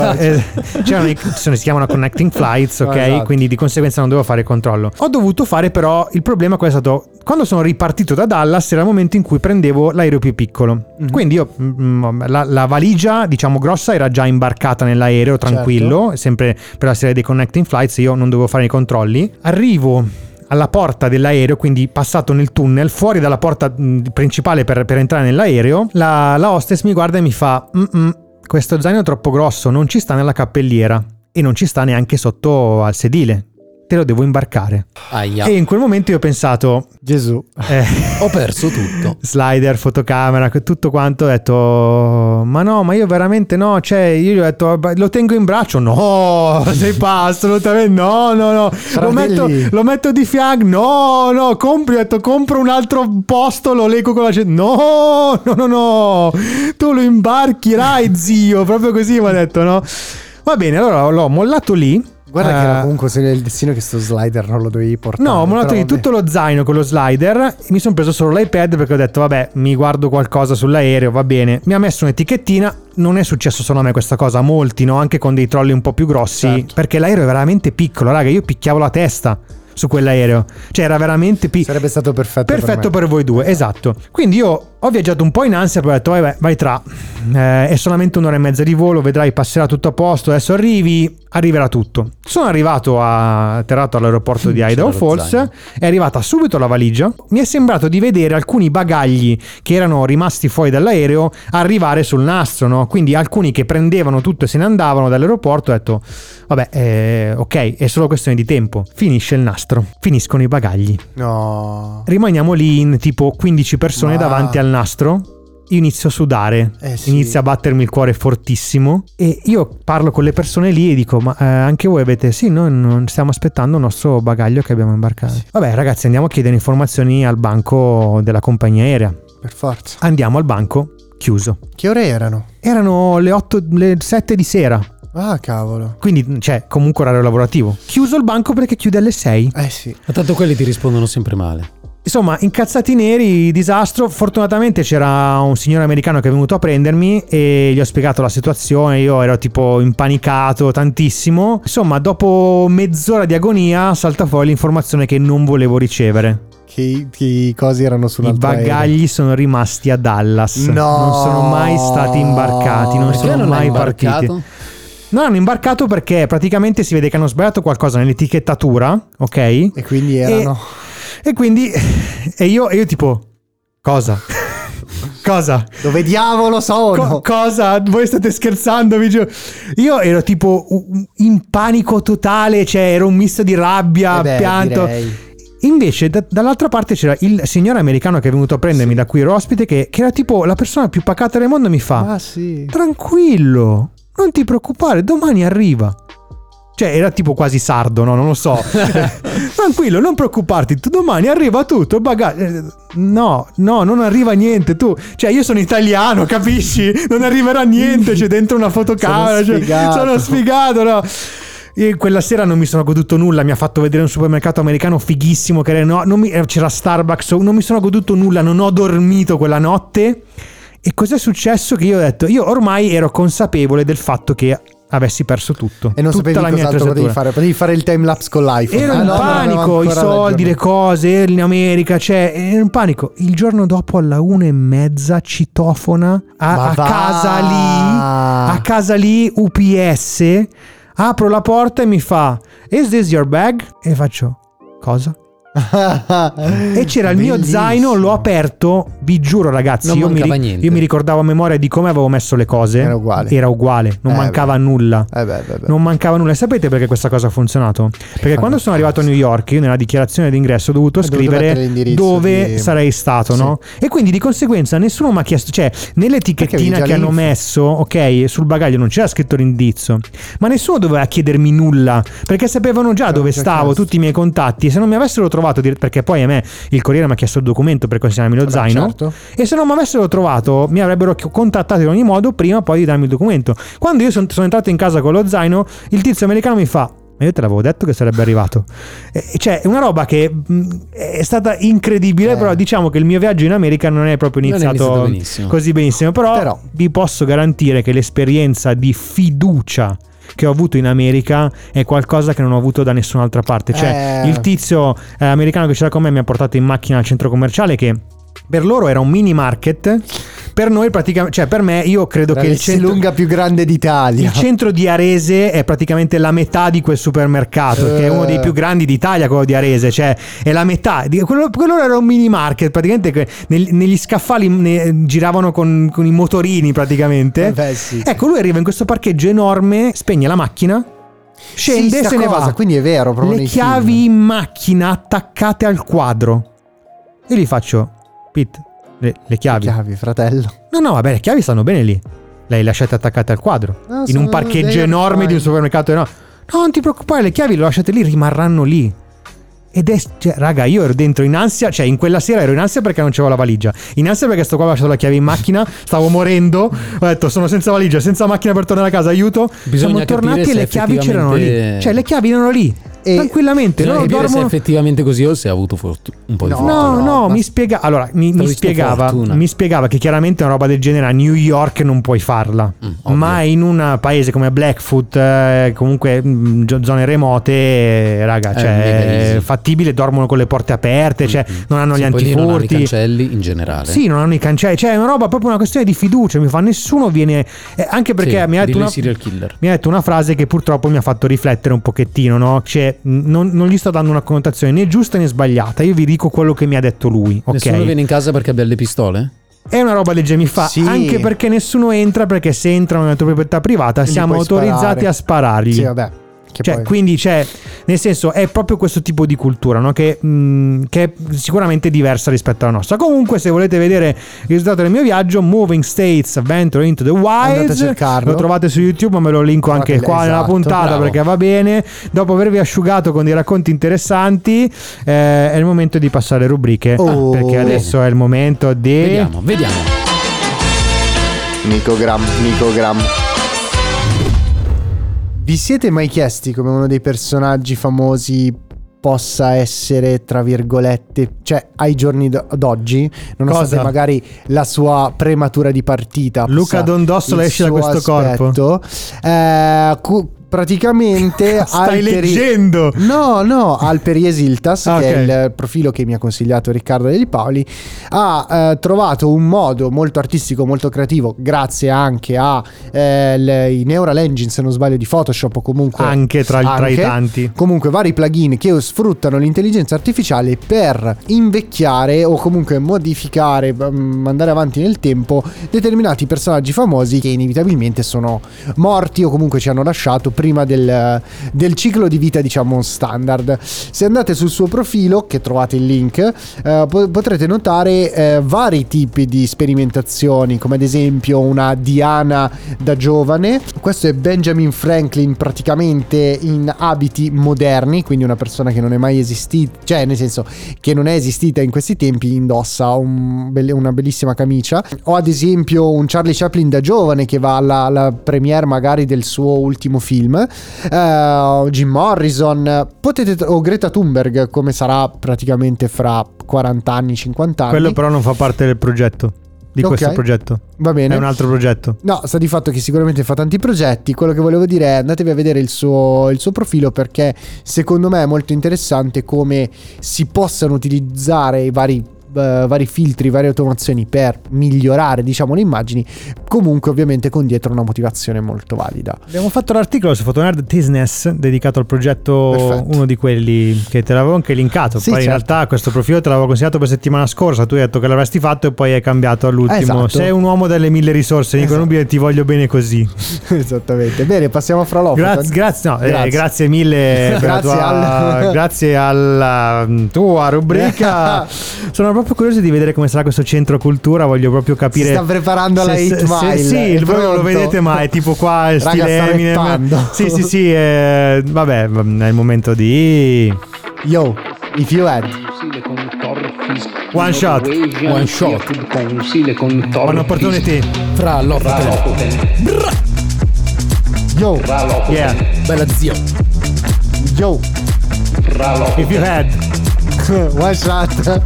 si chiamano connecting flights, ok? Esatto. Quindi di conseguenza non dovevo fare il controllo. Ho dovuto fare però, il problema qual è stato? Quando sono ripartito da Dallas era il momento in cui prendevo l'aereo più piccolo. Mm-hmm. Quindi io la valigia, diciamo, grossa era già imbarcata nell'aereo, tranquillo, certo. Sempre per la serie dei connecting flights, io non dovevo fare i controlli. Arrivo alla porta dell'aereo, quindi passato nel tunnel, fuori dalla porta principale per entrare nell'aereo, la hostess mi guarda e mi fa questo zaino è troppo grosso, non ci sta nella cappelliera e non ci sta neanche sotto al sedile, te lo devo imbarcare. Aia. E in quel momento io ho pensato, Gesù, ho perso tutto. Slider, fotocamera, tutto quanto. Ho detto, ma io veramente no, cioè io gli ho detto, lo tengo in braccio. No, sei pazzo, assolutamente no. Lo metto di fianco. No, compro un altro posto, lo leggo con la no, tu lo imbarcherai, zio, proprio così mi ha detto, no? Va bene, allora l'ho mollato lì. Guarda che era comunque segno del destino che sto slider non lo dovevi portare. No, ho mollato lì tutto lo zaino con lo slider. Mi sono preso solo l'iPad perché ho detto vabbè, mi guardo qualcosa sull'aereo, va bene. Mi ha messo un'etichettina. Non è successo solo a me questa cosa, a molti, no? Anche con dei trolley un po' più grossi, certo. Perché l'aereo è veramente piccolo, raga, io picchiavo la testa su quell'aereo, cioè era veramente sarebbe stato perfetto per voi due, esatto. Quindi io ho viaggiato un po' in ansia, poi ho detto vai tra, è solamente un'ora e mezza di volo, vedrai, passerà tutto a posto, adesso arriverà tutto. Sono atterrato all'aeroporto di Idaho Falls, è arrivata subito la valigia, mi è sembrato di vedere alcuni bagagli che erano rimasti fuori dall'aereo arrivare sul nastro, no? Quindi alcuni che prendevano tutto e se ne andavano dall'aeroporto. Ho detto vabbè, ok, è solo questione di tempo, finisce il nastro, finiscono i bagagli, no, rimaniamo lì in tipo 15 persone davanti al nastro. Io inizio a sudare, inizia a battermi il cuore fortissimo e io parlo con le persone lì e dico ma anche voi avete? Sì, noi non stiamo aspettando il nostro bagaglio che abbiamo imbarcato. Sì. Vabbè ragazzi, andiamo a chiedere informazioni al banco della compagnia aerea. Per forza. Andiamo al banco, chiuso. Che ore erano? Erano le 7 di sera. Ah, cavolo. Quindi, cioè, comunque orario lavorativo. Chiuso il banco perché chiude alle 6. Sì. Ma tanto quelli ti rispondono sempre male. Insomma, incazzati neri, disastro. Fortunatamente c'era un signore americano che è venuto a prendermi e gli ho spiegato la situazione. Io ero tipo impanicato tantissimo. Insomma, dopo mezz'ora di agonia salta fuori l'informazione che non volevo ricevere. Che i cosi erano su un I altro bagagli aereo. sono rimasti a Dallas. No. Non sono mai stati imbarcati, non Perché sono non mai hanno partiti. imbarcato? Non hanno imbarcato perché praticamente si vede che hanno sbagliato qualcosa nell'etichettatura, ok? E quindi erano... E quindi e io tipo cosa? Cosa? Dove diavolo sono? Cosa? Voi state scherzando? Io ero tipo in panico totale, cioè ero un misto di rabbia, pianto. Direi. Invece dall'altra parte c'era il signore americano che è venuto a prendermi da qui ospite, che era tipo la persona più pacata del mondo. Mi fa: sì. tranquillo, non ti preoccupare, domani arriva. Cioè era tipo quasi sardo, no? Non lo so. Tranquillo, non preoccuparti, tu domani arriva tutto, il bagaglio. No, non arriva niente, tu. Cioè io sono italiano, capisci? Non arriverà niente, c'è dentro una fotocamera. Sono sfigato, no? E quella sera non mi sono goduto nulla. Mi ha fatto vedere un supermercato americano fighissimo che era, c'era Starbucks. Non mi sono goduto nulla, non ho dormito quella notte. E cos'è successo? Che io ho detto, io ormai ero consapevole del fatto che avessi perso tutto. E non tutta sapevi la mia cos'altro potevi fare il time lapse con l'iPhone. Ero in panico, i soldi, le cose, in America, cioè ero in panico. Il giorno dopo alla 1:30 citofona a casa lì UPS. Apro la porta e mi fa: "Is this your bag?" E faccio: "Cosa?" E c'era il mio zaino, l'ho aperto, vi giuro ragazzi, io mi ricordavo a memoria di come avevo messo le cose. Era uguale, non mancava nulla. Non mancava nulla. E sapete perché questa cosa ha funzionato? Perché quando sono arrivato a New York, io nella dichiarazione d'ingresso ho dovuto scrivere dove sarei stato, no? E quindi di conseguenza nessuno mi ha chiesto, cioè nell'etichettina che hanno messo, ok, sul bagaglio non c'era scritto l'indirizzo, ma nessuno doveva chiedermi nulla, perché sapevano già dove stavo, tutti i miei contatti, e se non mi avessero trovato, perché poi a me il corriere mi ha chiesto il documento per consegnarmi lo zaino, certo. E se non mi avessero trovato mi avrebbero contattato in ogni modo prima poi di darmi il documento. Quando io sono entrato in casa con lo zaino, il tizio americano mi fa: "Ma io te l'avevo detto che sarebbe arrivato." Cioè è una roba che è stata incredibile, però diciamo che il mio viaggio in America non è proprio iniziato così benissimo, però vi posso garantire che l'esperienza di fiducia che ho avuto in America è qualcosa che non ho avuto da nessun'altra parte. Cioè il tizio americano che c'era con me mi ha portato in macchina al centro commerciale, che per loro era un mini market. Per noi praticamente, cioè per me, io credo che il centro lunga più grande d'Italia. Il centro di Arese è praticamente la metà di quel supermercato, che è uno dei più grandi d'Italia, quello di Arese, cioè è la metà. Quello era un mini market, praticamente negli scaffali giravano con i motorini praticamente. Sì. Ecco, lui arriva in questo parcheggio enorme, spegne la macchina, scende e se ne va. Quindi è vero, proprio le chiavi in macchina attaccate al quadro. E gli faccio: "Pete, le chiavi." Le chiavi, fratello. No, vabbè, le chiavi stanno bene lì. Le lasciate attaccate al quadro. In un parcheggio enorme di un supermercato enorme. No, non ti preoccupare, le chiavi le lasciate lì, rimarranno lì. Ed è, cioè, raga, io ero dentro in ansia, cioè in quella sera ero in ansia perché non c'avevo la valigia, in ansia perché sto qua, ho lasciato la chiave in macchina, stavo morendo, ho detto sono senza valigia, senza macchina per tornare a casa, aiuto. Siamo tornati e le chiavi c'erano lì, cioè le chiavi erano lì. Tranquillamente, non capire se è effettivamente così o se ha avuto un po' di fortuna. No, mi spiegava che chiaramente una roba del genere a New York non puoi farla, ma in un paese come Blackfoot, comunque zone remote, raga, cioè è fattibile, dormono con le porte aperte, cioè non hanno gli antifurti, non hanno i cancelli in generale. Sì, non hanno i cancelli, cioè è una roba, proprio una questione di fiducia. Mi fa, nessuno viene, anche perché mi ha detto una frase che purtroppo mi ha fatto riflettere un pochettino, no? Cioè non gli sto dando una connotazione né giusta né sbagliata, io vi dico quello che mi ha detto lui, ok? Nessuno viene in casa perché abbia le pistole? È una roba legge, mi fa, anche perché nessuno entra, perché se entrano nella tua proprietà privata siamo autorizzati a sparargli. Sì, vabbè. Cioè, quindi nel senso è proprio questo tipo di cultura, no? che è sicuramente diversa rispetto alla nostra. Comunque, se volete vedere il risultato del mio viaggio, Moving States Adventure into the Wild, lo trovate su YouTube, ma me lo linko anche qua nella puntata, perché va bene. Dopo avervi asciugato con dei racconti interessanti, è il momento di passare alle rubriche, perché adesso è il momento di vediamo Nicogram. Vi siete mai chiesti come uno dei personaggi famosi possa essere, tra virgolette, cioè ai giorni d'oggi, nonostante magari la sua prematura di partita, Luca Dondossola esce da questo aspetto, corpo? praticamente stai leggendo? No, Alperi Esiltas, che è il profilo che mi ha consigliato Riccardo Deli Paoli, ha trovato un modo molto artistico, molto creativo, grazie anche a i Neural Engine, se non sbaglio, di Photoshop, o comunque anche tra i tanti, comunque vari plugin che sfruttano l'intelligenza artificiale per invecchiare o comunque modificare, mandare avanti nel tempo determinati personaggi famosi che inevitabilmente sono morti o comunque ci hanno lasciato prima del ciclo di vita, diciamo, standard. Se andate sul suo profilo, che trovate il link, potrete notare vari tipi di sperimentazioni, come ad esempio una Diana da giovane. Questo è Benjamin Franklin praticamente in abiti moderni, quindi una persona che non è mai esistita, cioè nel senso che non è esistita in questi tempi, indossa una bellissima camicia. O ad esempio un Charlie Chaplin da giovane che va alla premiere magari del suo ultimo film. Jim Morrison, o Greta Thunberg, come sarà praticamente fra 40 anni, 50 anni. Quello però non fa parte del progetto, di questo progetto. Va bene. È un altro progetto. No, sta di fatto che sicuramente fa tanti progetti. Quello che volevo dire è: andatevi a vedere il suo profilo, perché secondo me è molto interessante come si possano utilizzare i vari filtri, varie automazioni per migliorare, diciamo, le immagini, comunque ovviamente con dietro una motivazione molto valida. Abbiamo fatto l'articolo su Fotonerd Business dedicato al progetto. Perfetto. Uno di quelli che te l'avevo anche linkato. Sì, poi certo. In realtà questo profilo te l'avevo consigliato per settimana scorsa, tu hai detto che l'avresti fatto e poi hai cambiato all'ultimo. Esatto. Sei un uomo delle 1000 risorse, Nico Nubile, ti voglio bene così. Esattamente. Bene, passiamo a Fralofoton. Grazie mille per grazie alla tua rubrica. Sono proprio curioso di vedere come sarà questo centro cultura, voglio proprio capire. Si sta preparando la 8 Mile. Sì, voi non lo vedete mai, è tipo qua stile Eminem. Sì, vabbè, è il momento di Yo, if you had one shot, one opportunity fra Lofoten. Yo, yeah, bella zio. Yo, if you had one shot.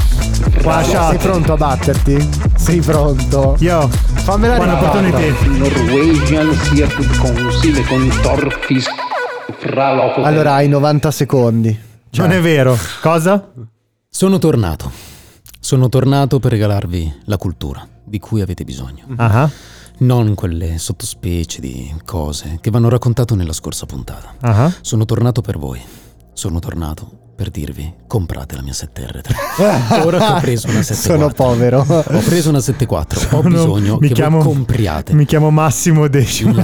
Sei pronto a batterti? Sei pronto? Yo, fammela buona opportunity. Norwegian Seafood Consile con Torfis fra Lofoten. Allora hai 90 secondi. Non è vero. Cosa? Sono tornato per regalarvi la cultura di cui avete bisogno. Uh-huh. Non quelle sottospecie di cose che vanno raccontate nella scorsa puntata. Uh-huh. Sono tornato per voi. Sono tornato per dirvi: comprate la mia 7R3. Ora che ho preso una 7.4. Sono povero. Ho preso una 7.4. Ho bisogno voi compriate. Mi chiamo Massimo Decimo.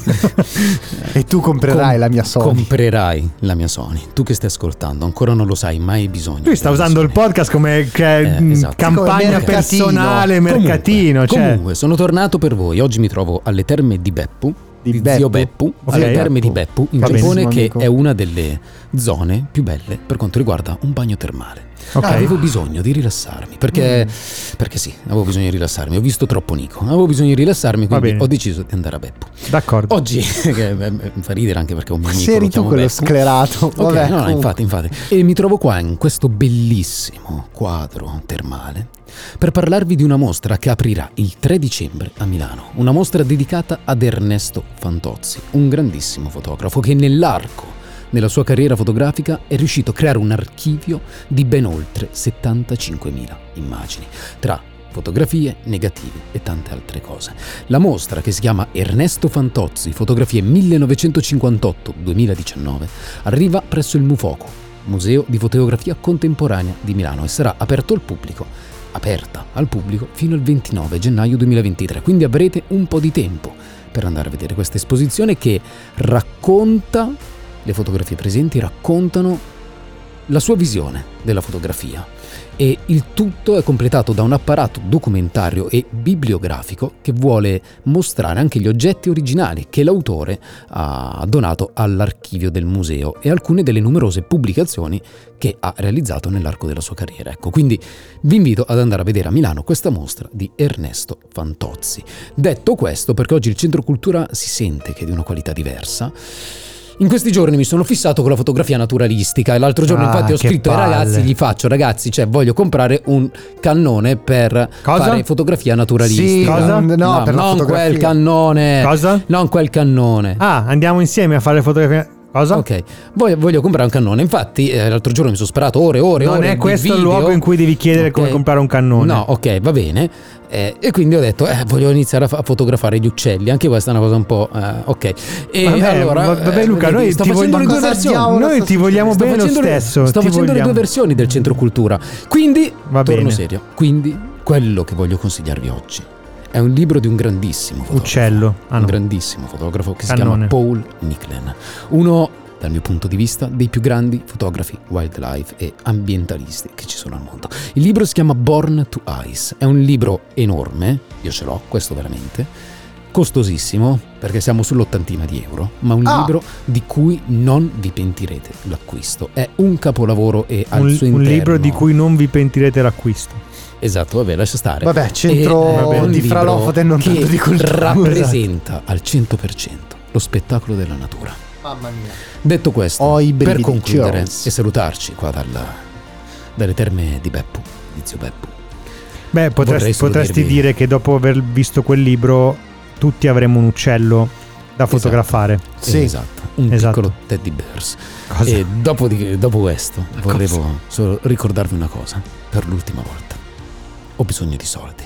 E tu comprerai la mia Sony. Comprerai la mia Sony. Tu che stai ascoltando ancora non lo sai, ma hai bisogno. Lui sta usando il podcast come esatto. Campagna come personale, mercatino. Comunque, sono tornato per voi. Oggi mi trovo alle terme di Beppu. Di zio Beppu, alle terme di Beppu in Giappone, che è una delle zone più belle per quanto riguarda un bagno termale. Avevo bisogno di rilassarmi perché sì, avevo bisogno di rilassarmi. Ho visto troppo Nico, avevo bisogno di rilassarmi, quindi ho deciso di andare a Beppu. D'accordo. Oggi che fa ridere anche perché un mio amico sei tu quello Beppu. Sclerato. Okay, no, infatti. E mi trovo qua in questo bellissimo quadro termale per parlarvi di una mostra che aprirà il 3 dicembre a Milano. Una mostra dedicata ad Ernesto Fantozzi, un grandissimo fotografo che nella sua carriera fotografica è riuscito a creare un archivio di ben oltre 75.000 immagini, tra fotografie, negativi e tante altre cose. La mostra, che si chiama Ernesto Fantozzi, fotografie 1958-2019, arriva presso il Mufoco, Museo di Fotografia Contemporanea di Milano, e sarà aperta al pubblico fino al 29 gennaio 2023, quindi avrete un po' di tempo per andare a vedere questa esposizione che racconta, le fotografie presenti raccontano la sua visione della fotografia, e il tutto è completato da un apparato documentario e bibliografico che vuole mostrare anche gli oggetti originali che l'autore ha donato all'archivio del museo e alcune delle numerose pubblicazioni che ha realizzato nell'arco della sua carriera. Ecco, quindi vi invito ad andare a vedere a Milano questa mostra di Ernesto Fantozzi. Detto questo, perché oggi il Centro Cultura si sente che è di una qualità diversa, In questi giorni mi sono fissato con la fotografia naturalistica e l'altro giorno infatti ho che scritto ai palle. ragazzi, gli faccio: ragazzi, cioè voglio comprare un cannone per fare fotografia naturalistica. Sì, Cosa? no, per la non fotografia. quel cannone. Cosa? Non quel cannone. Ah, andiamo insieme a fare le fotografie. Cosa? Ok, voglio comprare un cannone. Infatti l'altro giorno mi sono sperato ore Non di è questo il video. luogo in cui devi chiedere Ok. come comprare un cannone. No, ok, va bene. E quindi ho detto, voglio iniziare a fotografare gli uccelli. Anche questa è una cosa un po'. Ok. E Vabbè, allora. vabbè, Luca, noi sto ti facendo le due cosa versioni. diavolo Noi sta ti vogliamo Sto bene lo facendo stesso. sto ti facendo le vogliamo. due versioni del Centro Cultura. Quindi, Va torno bene. serio. Quindi, quello che voglio consigliarvi oggi è un libro di un grandissimo fotografo. Uccello. Ah, Un no. grandissimo fotografo che Cannone. si chiama Paul Nicklen. Uno, dal mio punto di vista, dei più grandi fotografi wildlife e ambientalisti che ci sono al mondo. Il libro si chiama Born to Ice. È un libro enorme, io ce l'ho, questo veramente, costosissimo, perché siamo sull'80 di euro, ma un libro di cui non vi pentirete l'acquisto. È un capolavoro e al suo Un interno... libro di cui non vi pentirete l'acquisto. Esatto, vabbè, lascia stare. Vabbè, centro E, un di libro Fralofoten, non che tanto di cultura. rappresenta al 100% lo spettacolo della natura. Mamma mia. Detto questo, Ho i per brividi, concludere Jones. e salutarci qua dalle terme di Beppu, di zio Beppu. Beh, potresti dire che dopo aver visto quel libro tutti avremo un uccello da fotografare. Sì, esatto, un piccolo teddy bears. Cosa? E dopo questo volevo solo ricordarvi una cosa per l'ultima volta. Ho bisogno di soldi.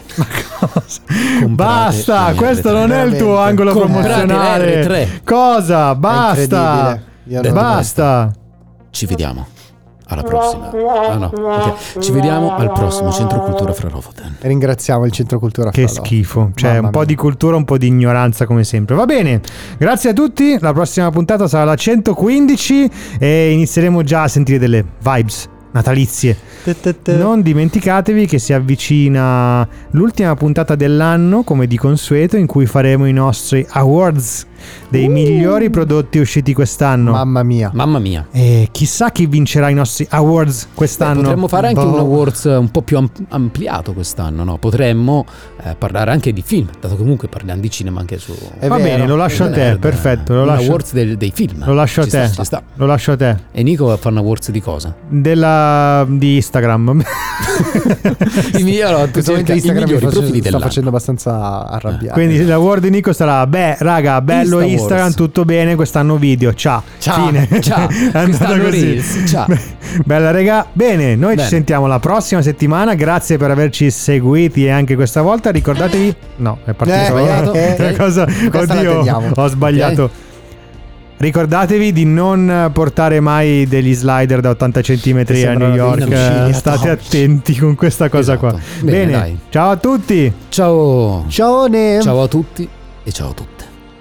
Basta, questo non è il tuo angolo promozionale. R3. Cosa? Basta. incredibile. Io non- Basta. Ci vediamo alla prossima. Ah, no, ok. Ci vediamo al prossimo Centro Cultura Fralofoten. Ringraziamo il Centro Cultura Che Fralofoten. schifo. Cioè, Mamma un po' mia. di cultura, un po' di ignoranza come sempre. Va bene. Grazie a tutti. La prossima puntata sarà la 115 e inizieremo già a sentire delle vibes natalizie. Non dimenticatevi che si avvicina l'ultima puntata dell'anno, come di consueto, in cui faremo i nostri awards dei migliori prodotti usciti quest'anno. Mamma mia. Mamma mia. E chissà chi vincerà i nostri awards quest'anno. Potremmo fare anche Boh. un awards un po' più ampliato quest'anno, no? Potremmo parlare anche di film, dato che comunque parliamo di cinema anche su... Va bene, lo lascio a te, perfetto. Lo un lascio, awards dei film. lo lascio a Ci sta, te. ci sta. Lo lascio a te. E Nico fa un awards di cosa? Di Instagram. I migliori, Questo momento i Instagram migliori mi profili sta dell'anno. facendo abbastanza arrabbiare. Quindi l'award di Nico sarà: beh, raga, bello Insta Instagram, Wars. tutto bene, quest'anno video. Ciao. Fine. Ciao. È andata Quest'anno così. Reels. Ciao. Bella raga. Bene, noi Bene. ci sentiamo la prossima settimana. Grazie per averci seguiti e anche questa volta ricordatevi. No, è partito sbagliato. Cosa? Questa la Oddio, teniamo. ho sbagliato. Ricordatevi di non portare mai degli slider da 80 cm a sembrano New dei York. cuscini State atomici. attenti con questa cosa Esatto. qua. Bene, dai. Ciao a tutti. Ciao. Ciao Ne. Ciao a tutti e ciao a tutte.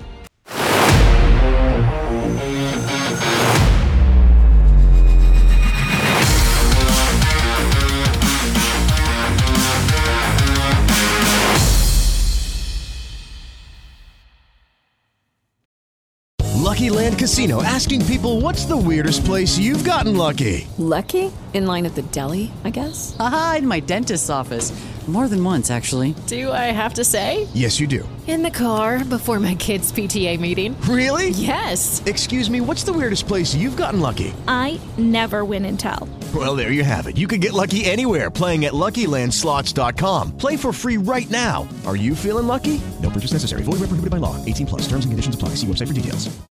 Lucky Land Casino, asking people, what's the weirdest place you've gotten lucky? Lucky? In line at the deli, I guess? Aha, in my dentist's office. More than once, actually. Do I have to say? Yes, you do. In the car before my kids' PTA meeting. Really? Yes. Excuse me, what's the weirdest place you've gotten lucky? I never win and tell. Well, there you have it. You can get lucky anywhere, playing at LuckyLandSlots.com. Play for free right now. Are you feeling lucky? No purchase necessary. Void where prohibited by law. 18 plus. Terms and conditions apply. See website for details.